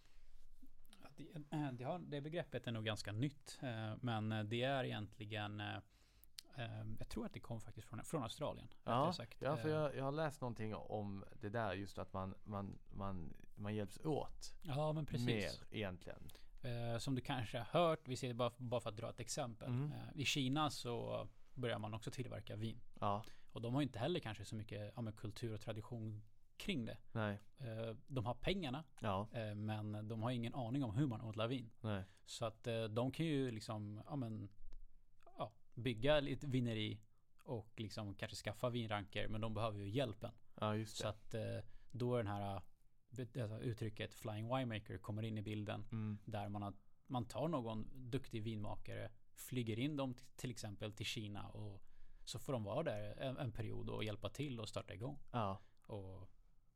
Det begreppet är nog ganska nytt, men det är egentligen jag tror att det kom faktiskt från Australien. Ja, för jag har läst någonting om det där, just att man hjälps åt. Ja, men precis. Mer egentligen. Som du kanske har hört, vi ser bara för att dra ett exempel. I Kina så börjar man också tillverka vin. Ja. Och de har inte heller kanske så mycket kultur och tradition kring det. Nej. De har pengarna, men de har ingen aning om hur man odlar vin. Nej. Så att de kan ju liksom bygga lite vineri och liksom kanske skaffa vinranker, men de behöver ju hjälpen. Ja, just det. Så att då är den här uttrycket flying winemaker kommer in i bilden, där man tar någon duktig vinmakare, flyger in dem till exempel till Kina, och så får de vara där en period och hjälpa till och starta igång. Ja. Och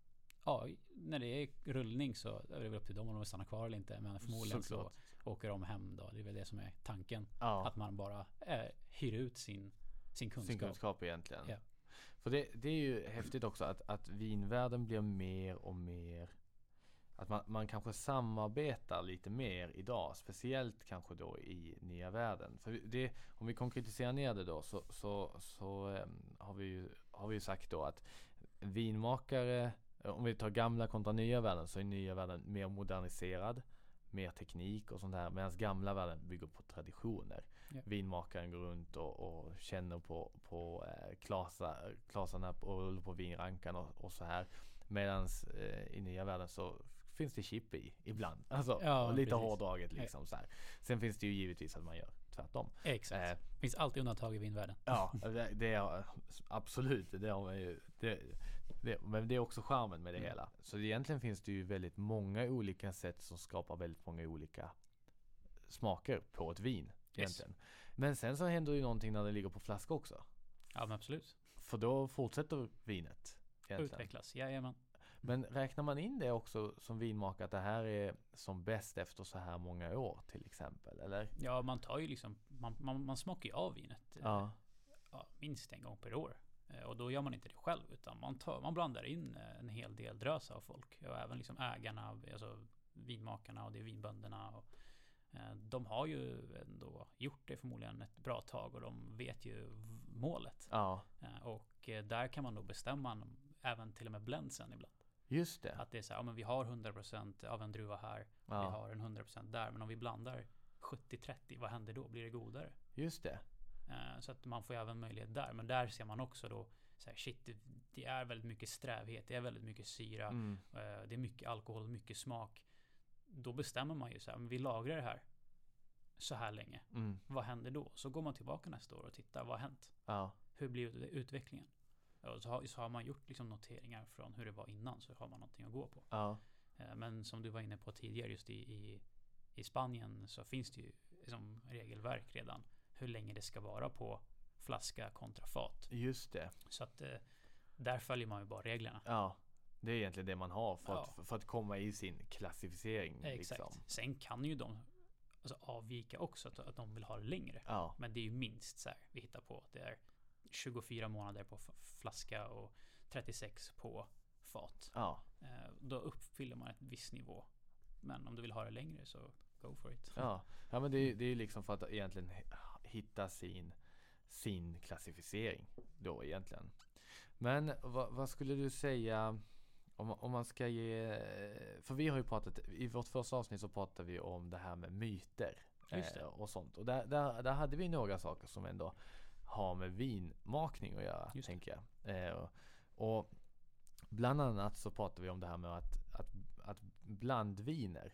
när det är rullning så är det väl upp till dem om de vill stanna kvar eller inte, men förmodligen så åker de hem då. Det är väl det som är tanken. Att man bara hyr ut sin kunskap. Sin kunskap egentligen. Ja. För det är ju häftigt också att vinvärlden blir mer och mer, att man kanske samarbetar lite mer idag, speciellt kanske då i nya världen. För om vi konkretiserar ner det då, så har vi ju sagt då att vinmakare, om vi tar gamla kontra nya världen, så är nya världen mer moderniserad, mer teknik och sånt där, medan gamla världen bygger på traditioner. Ja. Vinmakaren går runt och känner på klasarna och på vinrankan och så här, medan i nya världen så finns det chip i ibland. Alltså lite hårdraget liksom så här. Sen finns det ju givetvis att man gör tvärtom. Exakt. Finns alltid undantag i vinvärlden. Ja, det är absolut. Det har man ju. Men det är också charmen med det hela. Så egentligen finns det ju väldigt många olika sätt som skapar väldigt många olika smaker på ett vin egentligen. Yes. Men sen så händer ju någonting när det ligger på flaska också. Ja, men absolut. För då fortsätter vinet egentligen. Utvecklas, jajamän. Men räknar man in det också som vinmakare, att det här är som bäst efter så här många år till exempel, eller? Ja, man tar ju liksom, man smakar ju av vinet minst en gång per år. Och då gör man inte det själv, utan man blandar in en hel del drös av folk. Och även liksom ägarna, alltså vinmakarna och det är vinbönderna. Och, de har ju ändå gjort det förmodligen ett bra tag, och de vet ju målet. Ja. Och där kan man då bestämma även till och med blendsen ibland. Just det. Att det är så här, men vi har 100% av en druva här. Vi har en 100% där. Men om vi blandar 70-30, vad händer då? Blir det godare? Just det. Så att man får ju även möjlighet där. Men där ser man också då så här, shit, det är väldigt mycket strävhet, det är väldigt mycket syra, det är mycket alkohol, mycket smak. Då bestämmer man ju så här, men vi lagrar det här så här länge. Vad händer då? Så går man tillbaka nästa år och tittar, vad har hänt? Ja. Hur blir utvecklingen? Och så har man gjort liksom noteringar från hur det var innan, så har man någonting att gå på. Ja. Men som du var inne på tidigare, just i Spanien så finns det ju som regelverk redan hur länge det ska vara på flaska kontra fat. Just det. Så att där följer man ju bara reglerna. Ja, det är egentligen det man har för att komma i sin klassificering. Exakt. Liksom. Sen kan ju de avvika också, att de vill ha det längre. Ja. Men det är ju minst så här, vi hittar på att det är 24 månader på flaska och 36 på fat. Ja. Då uppfyller man ett viss nivå. Men om du vill ha det längre så go for it. Ja, men det är liksom för att egentligen hitta sin klassificering då egentligen. Men vad skulle du säga om man ska ge, för vi har ju pratat, i vårt första avsnitt så pratade vi om det här med myter och sånt. Och där hade vi några saker som ändå har med vinmakning att göra, tänker jag. Och bland annat så pratar vi om det här med att blandviner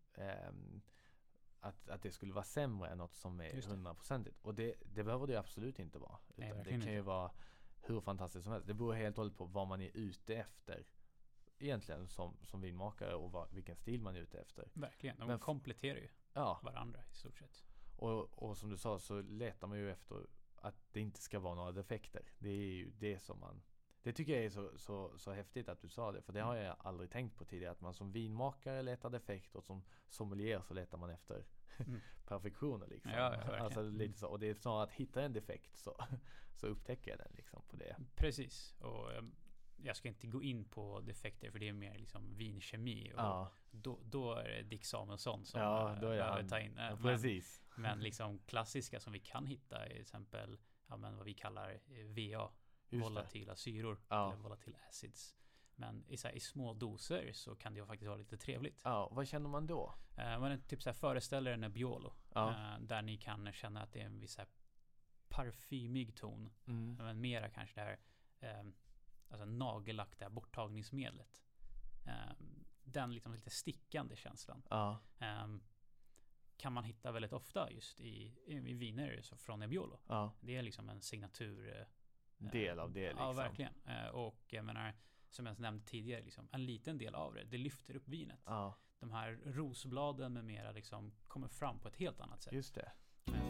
att det skulle vara sämre än något som är 100%. Och det behöver det absolut inte vara. Utan det kan ju vara hur fantastiskt som helst. Det beror helt och hållet på vad man är ute efter egentligen som vinmakare och vilken stil man är ute efter. Verkligen, de kompletterar ju varandra i stort sett. Och som du sa så letar man ju efter att det inte ska vara några defekter. Det är ju det som man... Det tycker jag är så häftigt att du sa det. För det har jag aldrig tänkt på tidigare. Att man som vinmakare letar defekter och som sommelier så letar man efter perfektioner liksom. Alltså, lite så. Och det är snarare att hitta en defekt så upptäcker jag den liksom på det. Precis. Och jag ska inte gå in på defekter för det är mer liksom vinkemi. Och då är det Dick Samuelsson som behöver ta in. Precis. Men liksom klassiska som vi kan hitta är till exempel vad vi kallar VA. Volatila syror eller volatila acids. Men i små doser så kan det ju faktiskt vara lite trevligt. Ja, vad känner man då? Man typ så här föreställer en Nebbiolo där ni kan känna att det är en viss här parfymig ton. Men mera kanske det här alltså nagellack, det här borttagningsmedlet. Den liksom lite stickande känslan. Kan man hitta väldigt ofta just i viner från Nebbiolo. Det är liksom en signatur del av det liksom. Ja, verkligen. Och jag menar, som jag nämnde tidigare, liksom, en liten del av det lyfter upp vinet. De här rosbladen med mera liksom kommer fram på ett helt annat sätt. Just det.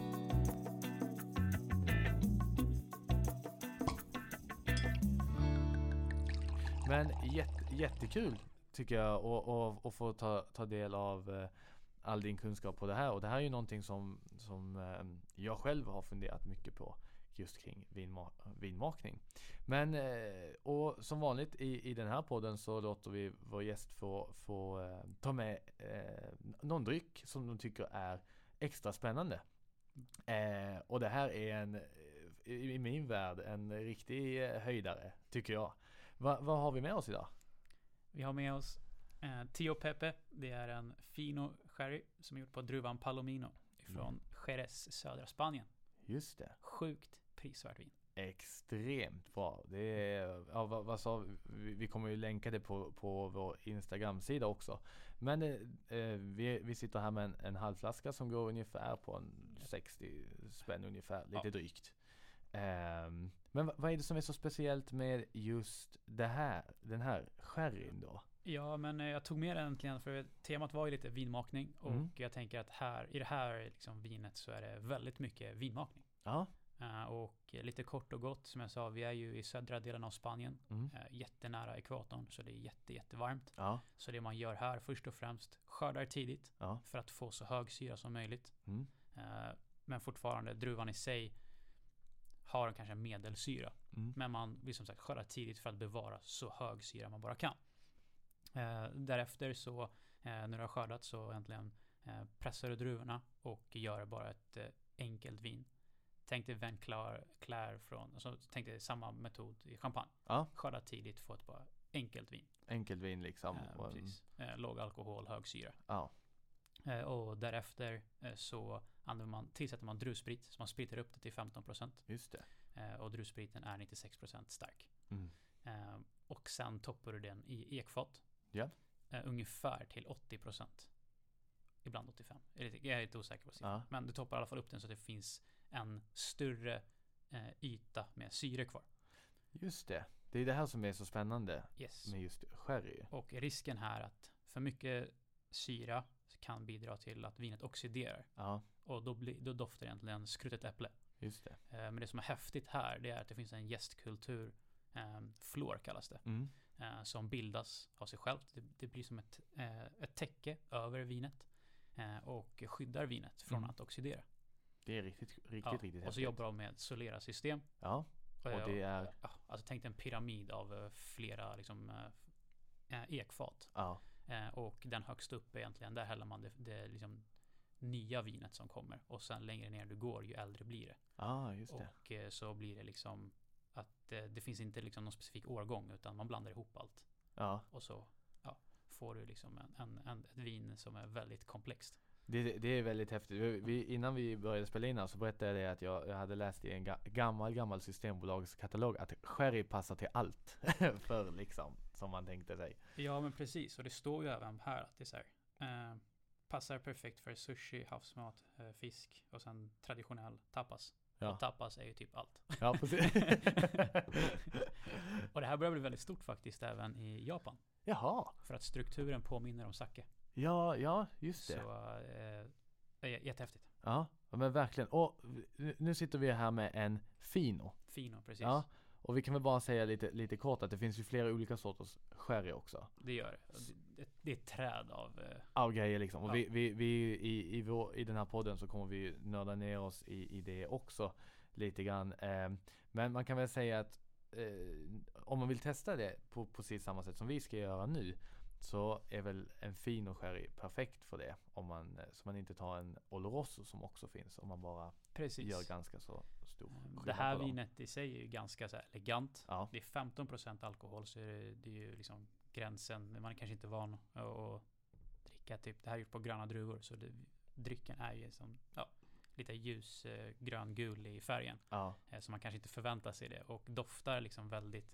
Men jättekul tycker jag att få ta del av all din kunskap på det här. Och det här är ju någonting som jag själv har funderat mycket på. Just kring vinmakning. Men och som vanligt i den här podden så låter vi vår gäst få ta med någon dryck som de tycker är extra spännande. Och det här är i min värld en riktig höjdare tycker jag. Vad har vi med oss idag? Vi har med oss Tío Pepe. Det är en fino sherry som är gjort på druvan Palomino från Jerez, södra Spanien. Just det. Sjukt prisvärt vin. Extremt bra. Det är, vad sa vi kommer ju länka det på vår Instagram-sida också. Men vi sitter här med en halvflaska som går ungefär på en 60 spänn ungefär, lite drygt. Men vad är det som är så speciellt med just den här sherryn då? Ja, men jag tog med den äntligen för temat var ju lite vinmakning och jag tänker att i det här liksom vinet så är det väldigt mycket vinmakning. Ja. Och lite kort och gott, som jag sa, vi är ju i södra delen av Spanien, jättenära ekvatorn, så det är jättevarmt. Så det man gör här först och främst, skördar tidigt för att få så hög syra som möjligt. Men fortfarande, druvan i sig har kanske en medelsyra. Men man vill som sagt skörda tidigt för att bevara så hög syra man bara kan. Därefter så, när du har skördat så äntligen pressar du druvorna och gör bara ett enkelt vin. Tänk dig Vin Clair från, alltså tänk dig samma metod i champagne. Skörda tidigt, få ett bara enkelt vin. Enkelt vin liksom. Precis. Låg alkohol, hög syra. Och därefter så tillsätter man druvsprit. Så man spritar upp det till 15%. Just det. Och druvspriten är 96% stark. Mm. Och sen toppar du den i ekfat. Ja. Ungefär till 80%. Ibland 85. Jag är lite osäker på siffran. Men du toppar i alla fall upp den så att det finns en större yta med syre kvar. Just det. Det är det här som är så spännande med just sherry. Och risken här att för mycket syra kan bidra till att vinet oxiderar. Ja. Och då doftar det egentligen skrutet äpple. Just det. Men det som är häftigt här, det är att det finns en jästkultur, flor kallas det, som bildas av sig självt. Det blir som ett täcke över vinet och skyddar vinet från att oxidera. Det är riktigt häftigt. Och så jobbar de med Solera-system. Ja. Och det är... Alltså tänk dig en pyramid av flera liksom, ekfat. Ja. Och den högst upp egentligen, där häller man det liksom nya vinet som kommer. Och sen längre ner du går, ju äldre blir det. Just det. Och så blir det liksom att det finns inte liksom någon specifik årgång, utan man blandar ihop allt. Ja. Och så får du liksom ett vin som är väldigt komplext. Det är väldigt häftigt. Innan vi började spela in så berättade jag att jag hade läst i en gammal systembolagskatalog att sherry passar till allt för liksom, som man tänkte sig. Ja, men precis. Och det står ju även här att det är så här, passar perfekt för sushi, havsmat, fisk och sen traditionell tapas. Ja. Och tapas är ju typ allt. Ja, precis. Och det här börjar bli väldigt stort faktiskt även i Japan. Jaha. För att strukturen påminner om sake. Ja, just det. Så det är jättehäftigt. Ja, men verkligen. Och nu sitter vi här med en Fino. Fino, precis. Ja, och vi kan väl bara säga lite kort att det finns ju flera olika sorters sherry också. Det gör det. Det är ett träd av grejer liksom. Och i den här podden så kommer vi nörda ner oss i det också lite grann. Men man kan väl säga att om man vill testa det på precis samma sätt som vi ska göra nu, så är väl en Fino sherry perfekt för det. Så man inte tar en Oloroso som också finns, om man bara gör ganska så stor skillnad. Det här vinet i sig är ju ganska så här elegant. Ja. Det är 15% alkohol, så det är ju liksom gränsen. Man är kanske inte van att dricka typ, det här är gjort på gröna druvor, så drycken är ju som lite ljus grön-gul i färgen. Ja. Så man kanske inte förväntar sig det, och doftar liksom väldigt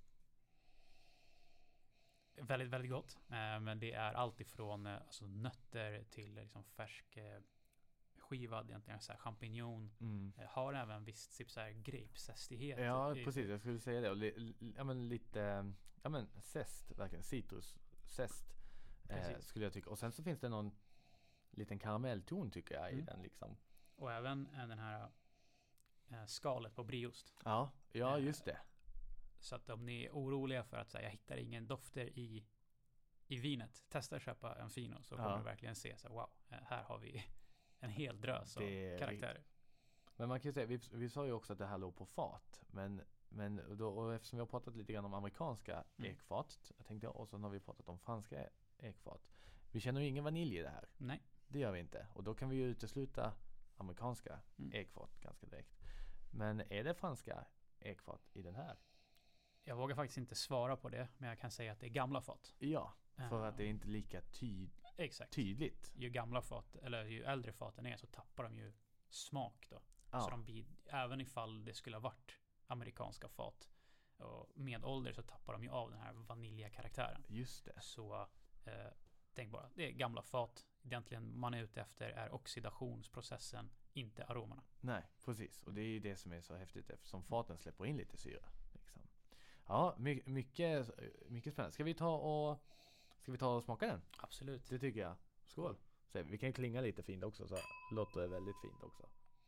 väldigt gott. Men det är allt ifrån alltså nötter till liksom färsk skivad, egentligen så här champignon. Har även viss typ så här grapezestighet. Ja, precis. Jag skulle säga det. Och lite zest, verkligen citruszest skulle jag tycka. Och sen så finns det någon liten karamellton tycker jag i den liksom. Och även den här skalet på brieost. Ja, just det. Så att om ni är oroliga för att jag hittar ingen dofter i vinet, testa att köpa en Fino, så kommer du verkligen se så wow, här har vi en hel drös av karaktärer. Men man kan ju säga, vi sa ju också att det här låg på fat, men då, och eftersom vi har pratat lite grann om amerikanska ekfat, jag tänkte, och så har vi pratat om franska ekfat. Vi känner ju ingen vanilj i det här. Nej. Det gör vi inte. Och då kan vi ju utesluta amerikanska ekfat ganska direkt. Men är det franska ekfat i den här? Jag vågar faktiskt inte svara på det, men jag kan säga att det är gamla fat. Ja, för att det är inte lika tydligt. Ju gamla fat, eller ju äldre faten är, så tappar de ju smak då. Så de blir, även ifall det skulle ha varit amerikanska fat och med ålder, så tappar de ju av den här vaniljakaraktären. Just det. Så tänk bara, det är gamla fat. Egentligen man är ute efter är oxidationsprocessen, inte aromerna. Nej, precis. Och det är ju det som är så häftigt, eftersom faten släpper in lite syra. Liksom. Ja, mycket spännande. Ska vi ta och smaka den? Absolut. Det tycker jag. Skål. Så vi kan klinga lite fint också, så låter det väldigt fint också.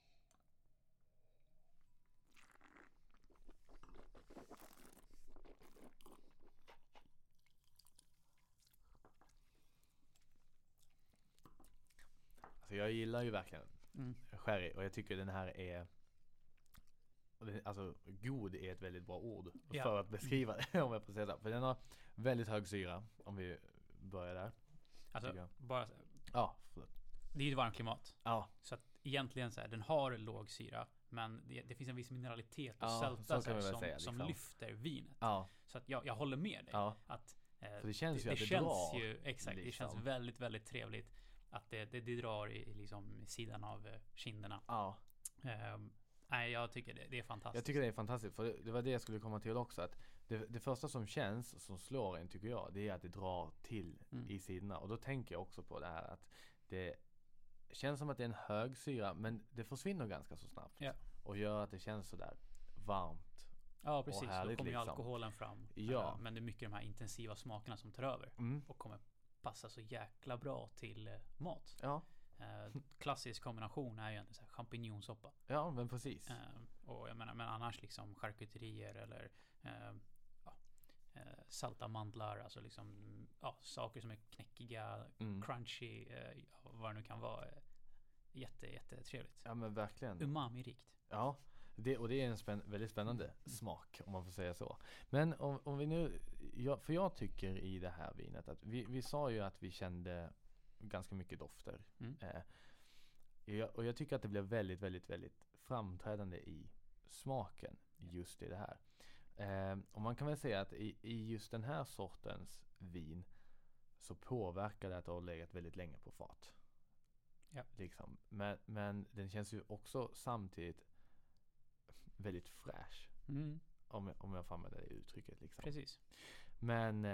Alltså jag gillar ju verkligen sherry, och jag tycker den här är, alltså god är ett väldigt bra ord för att beskriva det, om jag får säga så. För den har väldigt hög syra, om vi börjar där. Alltså bara förlåt. Det är ju ett varmt klimat. Ja. Så att egentligen så här, den har låg syra, men det finns en viss mineralitet och sälta som lyfter vinet. Ja. Så att jag håller med dig. Ja. Att för det känns ju det att det känns drar. ju exakt, liksom. Det känns väldigt, väldigt trevligt. att det drar i liksom sidan av kinderna. Ja. Nej, jag tycker det är fantastiskt. Jag tycker det är fantastiskt, för det var det jag skulle komma till också, att det första som slår en, tycker jag, det är att det drar till i sidorna. Och då tänker jag också på det här att det känns som att det är en hög syra, men det försvinner ganska så snabbt. Ja. Och gör att det känns så där varmt. Ja, precis. Och härligt, då kommer ju liksom. Alkoholen fram. Ja. Men det är mycket de här intensiva smakerna som tar över. Och kommer passa så jäkla bra till mat. Ja. Klassisk kombination är ju en champinjonsoppa. Ja, men precis. Och jag menar, men annars liksom charkuterier eller salta mandlar, alltså liksom saker som är knäckiga, crunchy, vad det nu kan vara. Jättetrevligt. Ja, men verkligen. Umami-rikt. Ja, det är en väldigt spännande smak, om man får säga så. Men om vi nu, för jag tycker i det här vinet att vi sa ju att vi kände ganska mycket dofter. Och jag tycker att det blev väldigt, väldigt, väldigt framträdande i smaken just i det här. Och man kan väl säga att i just den här sortens vin så påverkar det att det har legat väldigt länge på fat. Ja. Liksom. Men den känns ju också samtidigt väldigt fräsch. Om jag får använda det uttrycket. Liksom. Precis. Men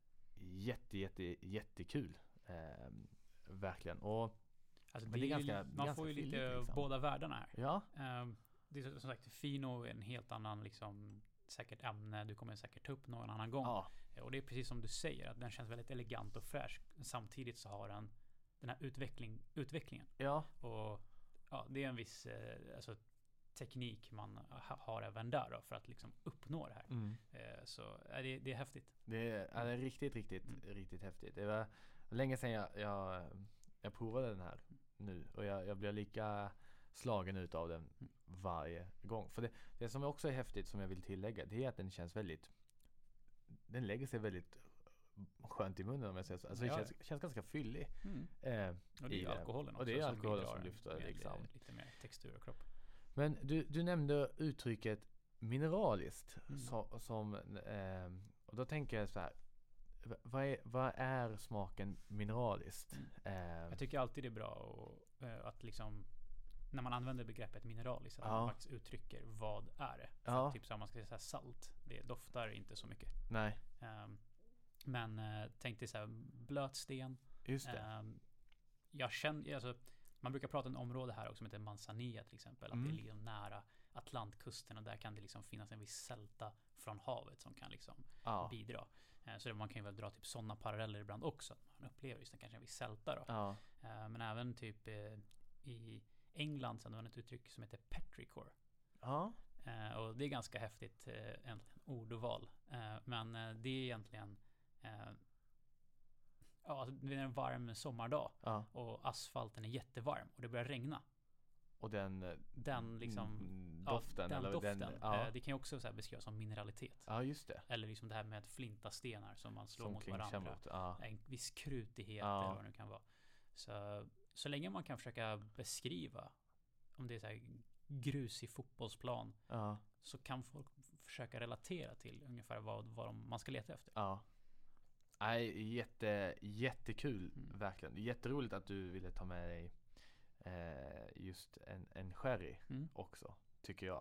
jättekul. Verkligen. Och alltså det är ganska, man får ju lite liksom. Båda världarna här. Ja. Det är som sagt, Fino är en helt annan liksom, säkert ämne. Du kommer säkert ta upp någon annan gång. Ja. Och det är precis som du säger, att den känns väldigt elegant och fräsch. Samtidigt så har den här utvecklingen. Ja. Och det är en viss alltså, teknik man har även där då, för att liksom uppnå det här. Så det är häftigt. Det är riktigt häftigt. Det var länge sedan jag provade den här nu, och jag blir lika slagen ut av den varje gång. För det som också är häftigt, som jag vill tillägga, det är att den lägger sig väldigt skönt i munnen, om jag säger så. Alltså det känns ganska fyllig. Och det är alkoholen också. Och det är alkoholen som lyfter liksom. Lite mer textur och kropp. Men du nämnde uttrycket mineraliskt och då tänker jag så här, vad är smaken mineraliskt? Jag tycker alltid det är bra att liksom, när man använder begreppet mineraliskt, att man faktiskt uttrycker vad är det. För typ så här, man ska säga salt, det doftar inte så mycket. Nej. Men tänk dig så här, blöt sten. Just det. Jag känner, alltså, man brukar prata om ett område här också som heter Manzanilla till exempel. Att det ligger nära Atlantkusten, och där kan det liksom finnas en viss sälta från havet som kan liksom bidra. Så man kan ju väl dra typ sådana paralleller ibland också. Att man upplever just kanske en viss sälta då. Men även typ i England så har man ett uttryck som heter petrichor. Och det är ganska häftigt ordval. Men det är egentligen det är en varm sommardag och asfalten är jättevarm och det börjar regna. Och den liksom doften, den doften. Det kan ju också så här beskrivas som mineralitet. Ja, just det. Eller liksom det här med flinta stenar som man slår mot varandra. En viss krutighet eller vad det nu kan vara. Så länge man kan försöka beskriva, om det är så här grusig fotbollsplan, så kan folk försöka relatera till ungefär vad man ska leta efter. Ja. Nej, jättekul, verkligen. Jätteroligt att du ville ta med dig just en sherry också, tycker jag.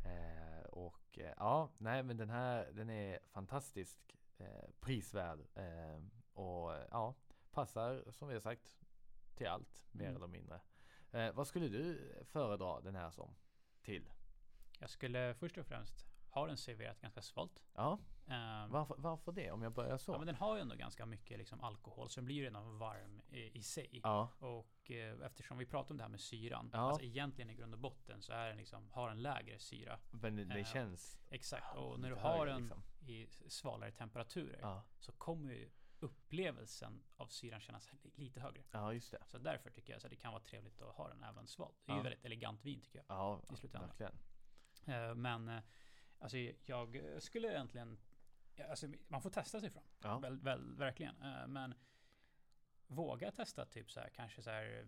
Men den är fantastisk prisvärd och passar, som vi har sagt, till allt, mer eller mindre. Vad skulle du föredra den här som till? Jag skulle först och främst ha den serverat ganska svalt. Ja. Varför det, om jag börjar så? Ja, men den har ju ändå ganska mycket liksom alkohol, så den blir ju redan varm i sig. Och eftersom vi pratar om det här med syran, alltså egentligen i grund och botten så är den liksom, har en lägre syra. Men det känns... Exakt, och när du har den liksom i svalare temperaturer så kommer ju upplevelsen av syran kännas lite högre. Ja, just det. Så därför tycker jag att det kan vara trevligt att ha den även svalt. Det är ju väldigt elegant vin, tycker jag. Ja, i slutändan. Verkligen. Men alltså jag skulle egentligen, alltså man får testa sig fram. Verkligen. Men våga testa typ så här, kanske så här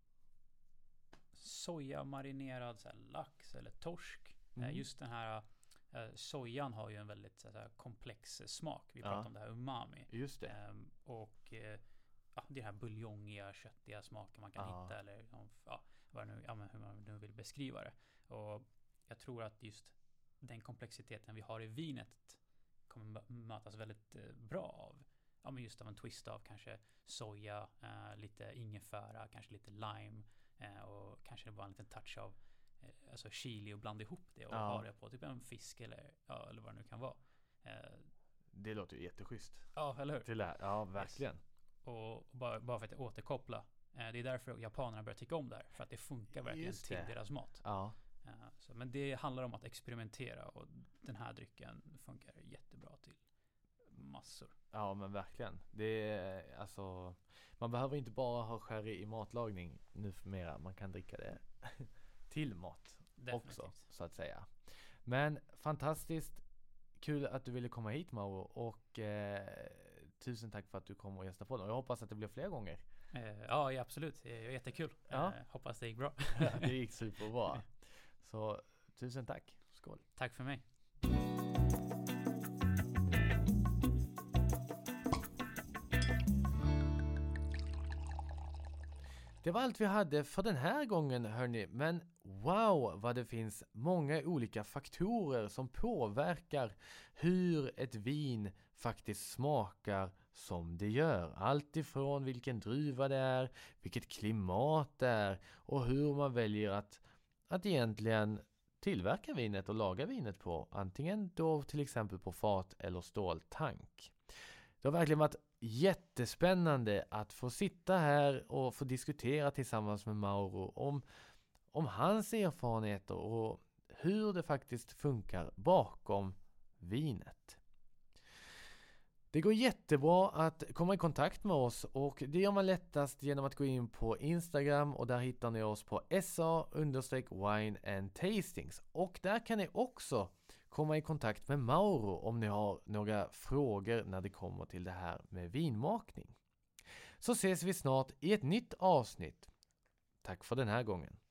sojamarinerad så här lax eller torsk. Just den här sojan har ju en väldigt så här komplex smak. Vi pratar om det här umami. Just det. Och det här buljongiga, köttiga smaken man kan hitta, eller vad nu, hur man nu vill beskriva det. Och jag tror att just den komplexiteten vi har i vinet kommer mötas väldigt bra av. Ja, men just av en twist av kanske soja, lite ingefära, kanske lite lime, och kanske bara en liten touch av alltså chili, och blanda ihop det och ha det på typ en fisk eller vad det nu kan vara. Det låter ju jätteschysst. Ja, eller hur? Till det här. Ja, verkligen. Yes. Och bara för att återkoppla. Det är därför japanerna börjar tycka om det här. För att det funkar verkligen till deras mat. Ja. Men det handlar om att experimentera. Och den här drycken funkar jättebra till massor. Ja, men verkligen. Det är alltså, man behöver inte bara ha sherry i matlagning nu för mera. Man kan dricka det till mat. Definitivt. Också, så att säga. Men fantastiskt kul att du ville komma hit, Mauro, och tusen tack för att du kom och gästade på den. Och jag hoppas att det blir fler gånger. Ja, absolut. Det är jättekul. Hoppas det gick bra. Det gick superbra. Så tusen tack. Skål. Tack för mig. Det var allt vi hade för den här gången, hörni. Men wow, vad det finns många olika faktorer som påverkar hur ett vin faktiskt smakar som det gör. Allt ifrån vilken druva det är, vilket klimat det är och hur man väljer att egentligen tillverka vinet och laga vinet på. Antingen då till exempel på fat eller ståltank. Det har verkligen varit jättespännande att få sitta här och få diskutera tillsammans med Mauro om hans erfarenheter och hur det faktiskt funkar bakom vinet. Det går jättebra att komma i kontakt med oss, och det gör man lättast genom att gå in på Instagram, och där hittar ni oss på SA_wine and tastings. Och där kan ni också komma i kontakt med Mauro om ni har några frågor när det kommer till det här med vinmakning. Så ses vi snart i ett nytt avsnitt. Tack för den här gången.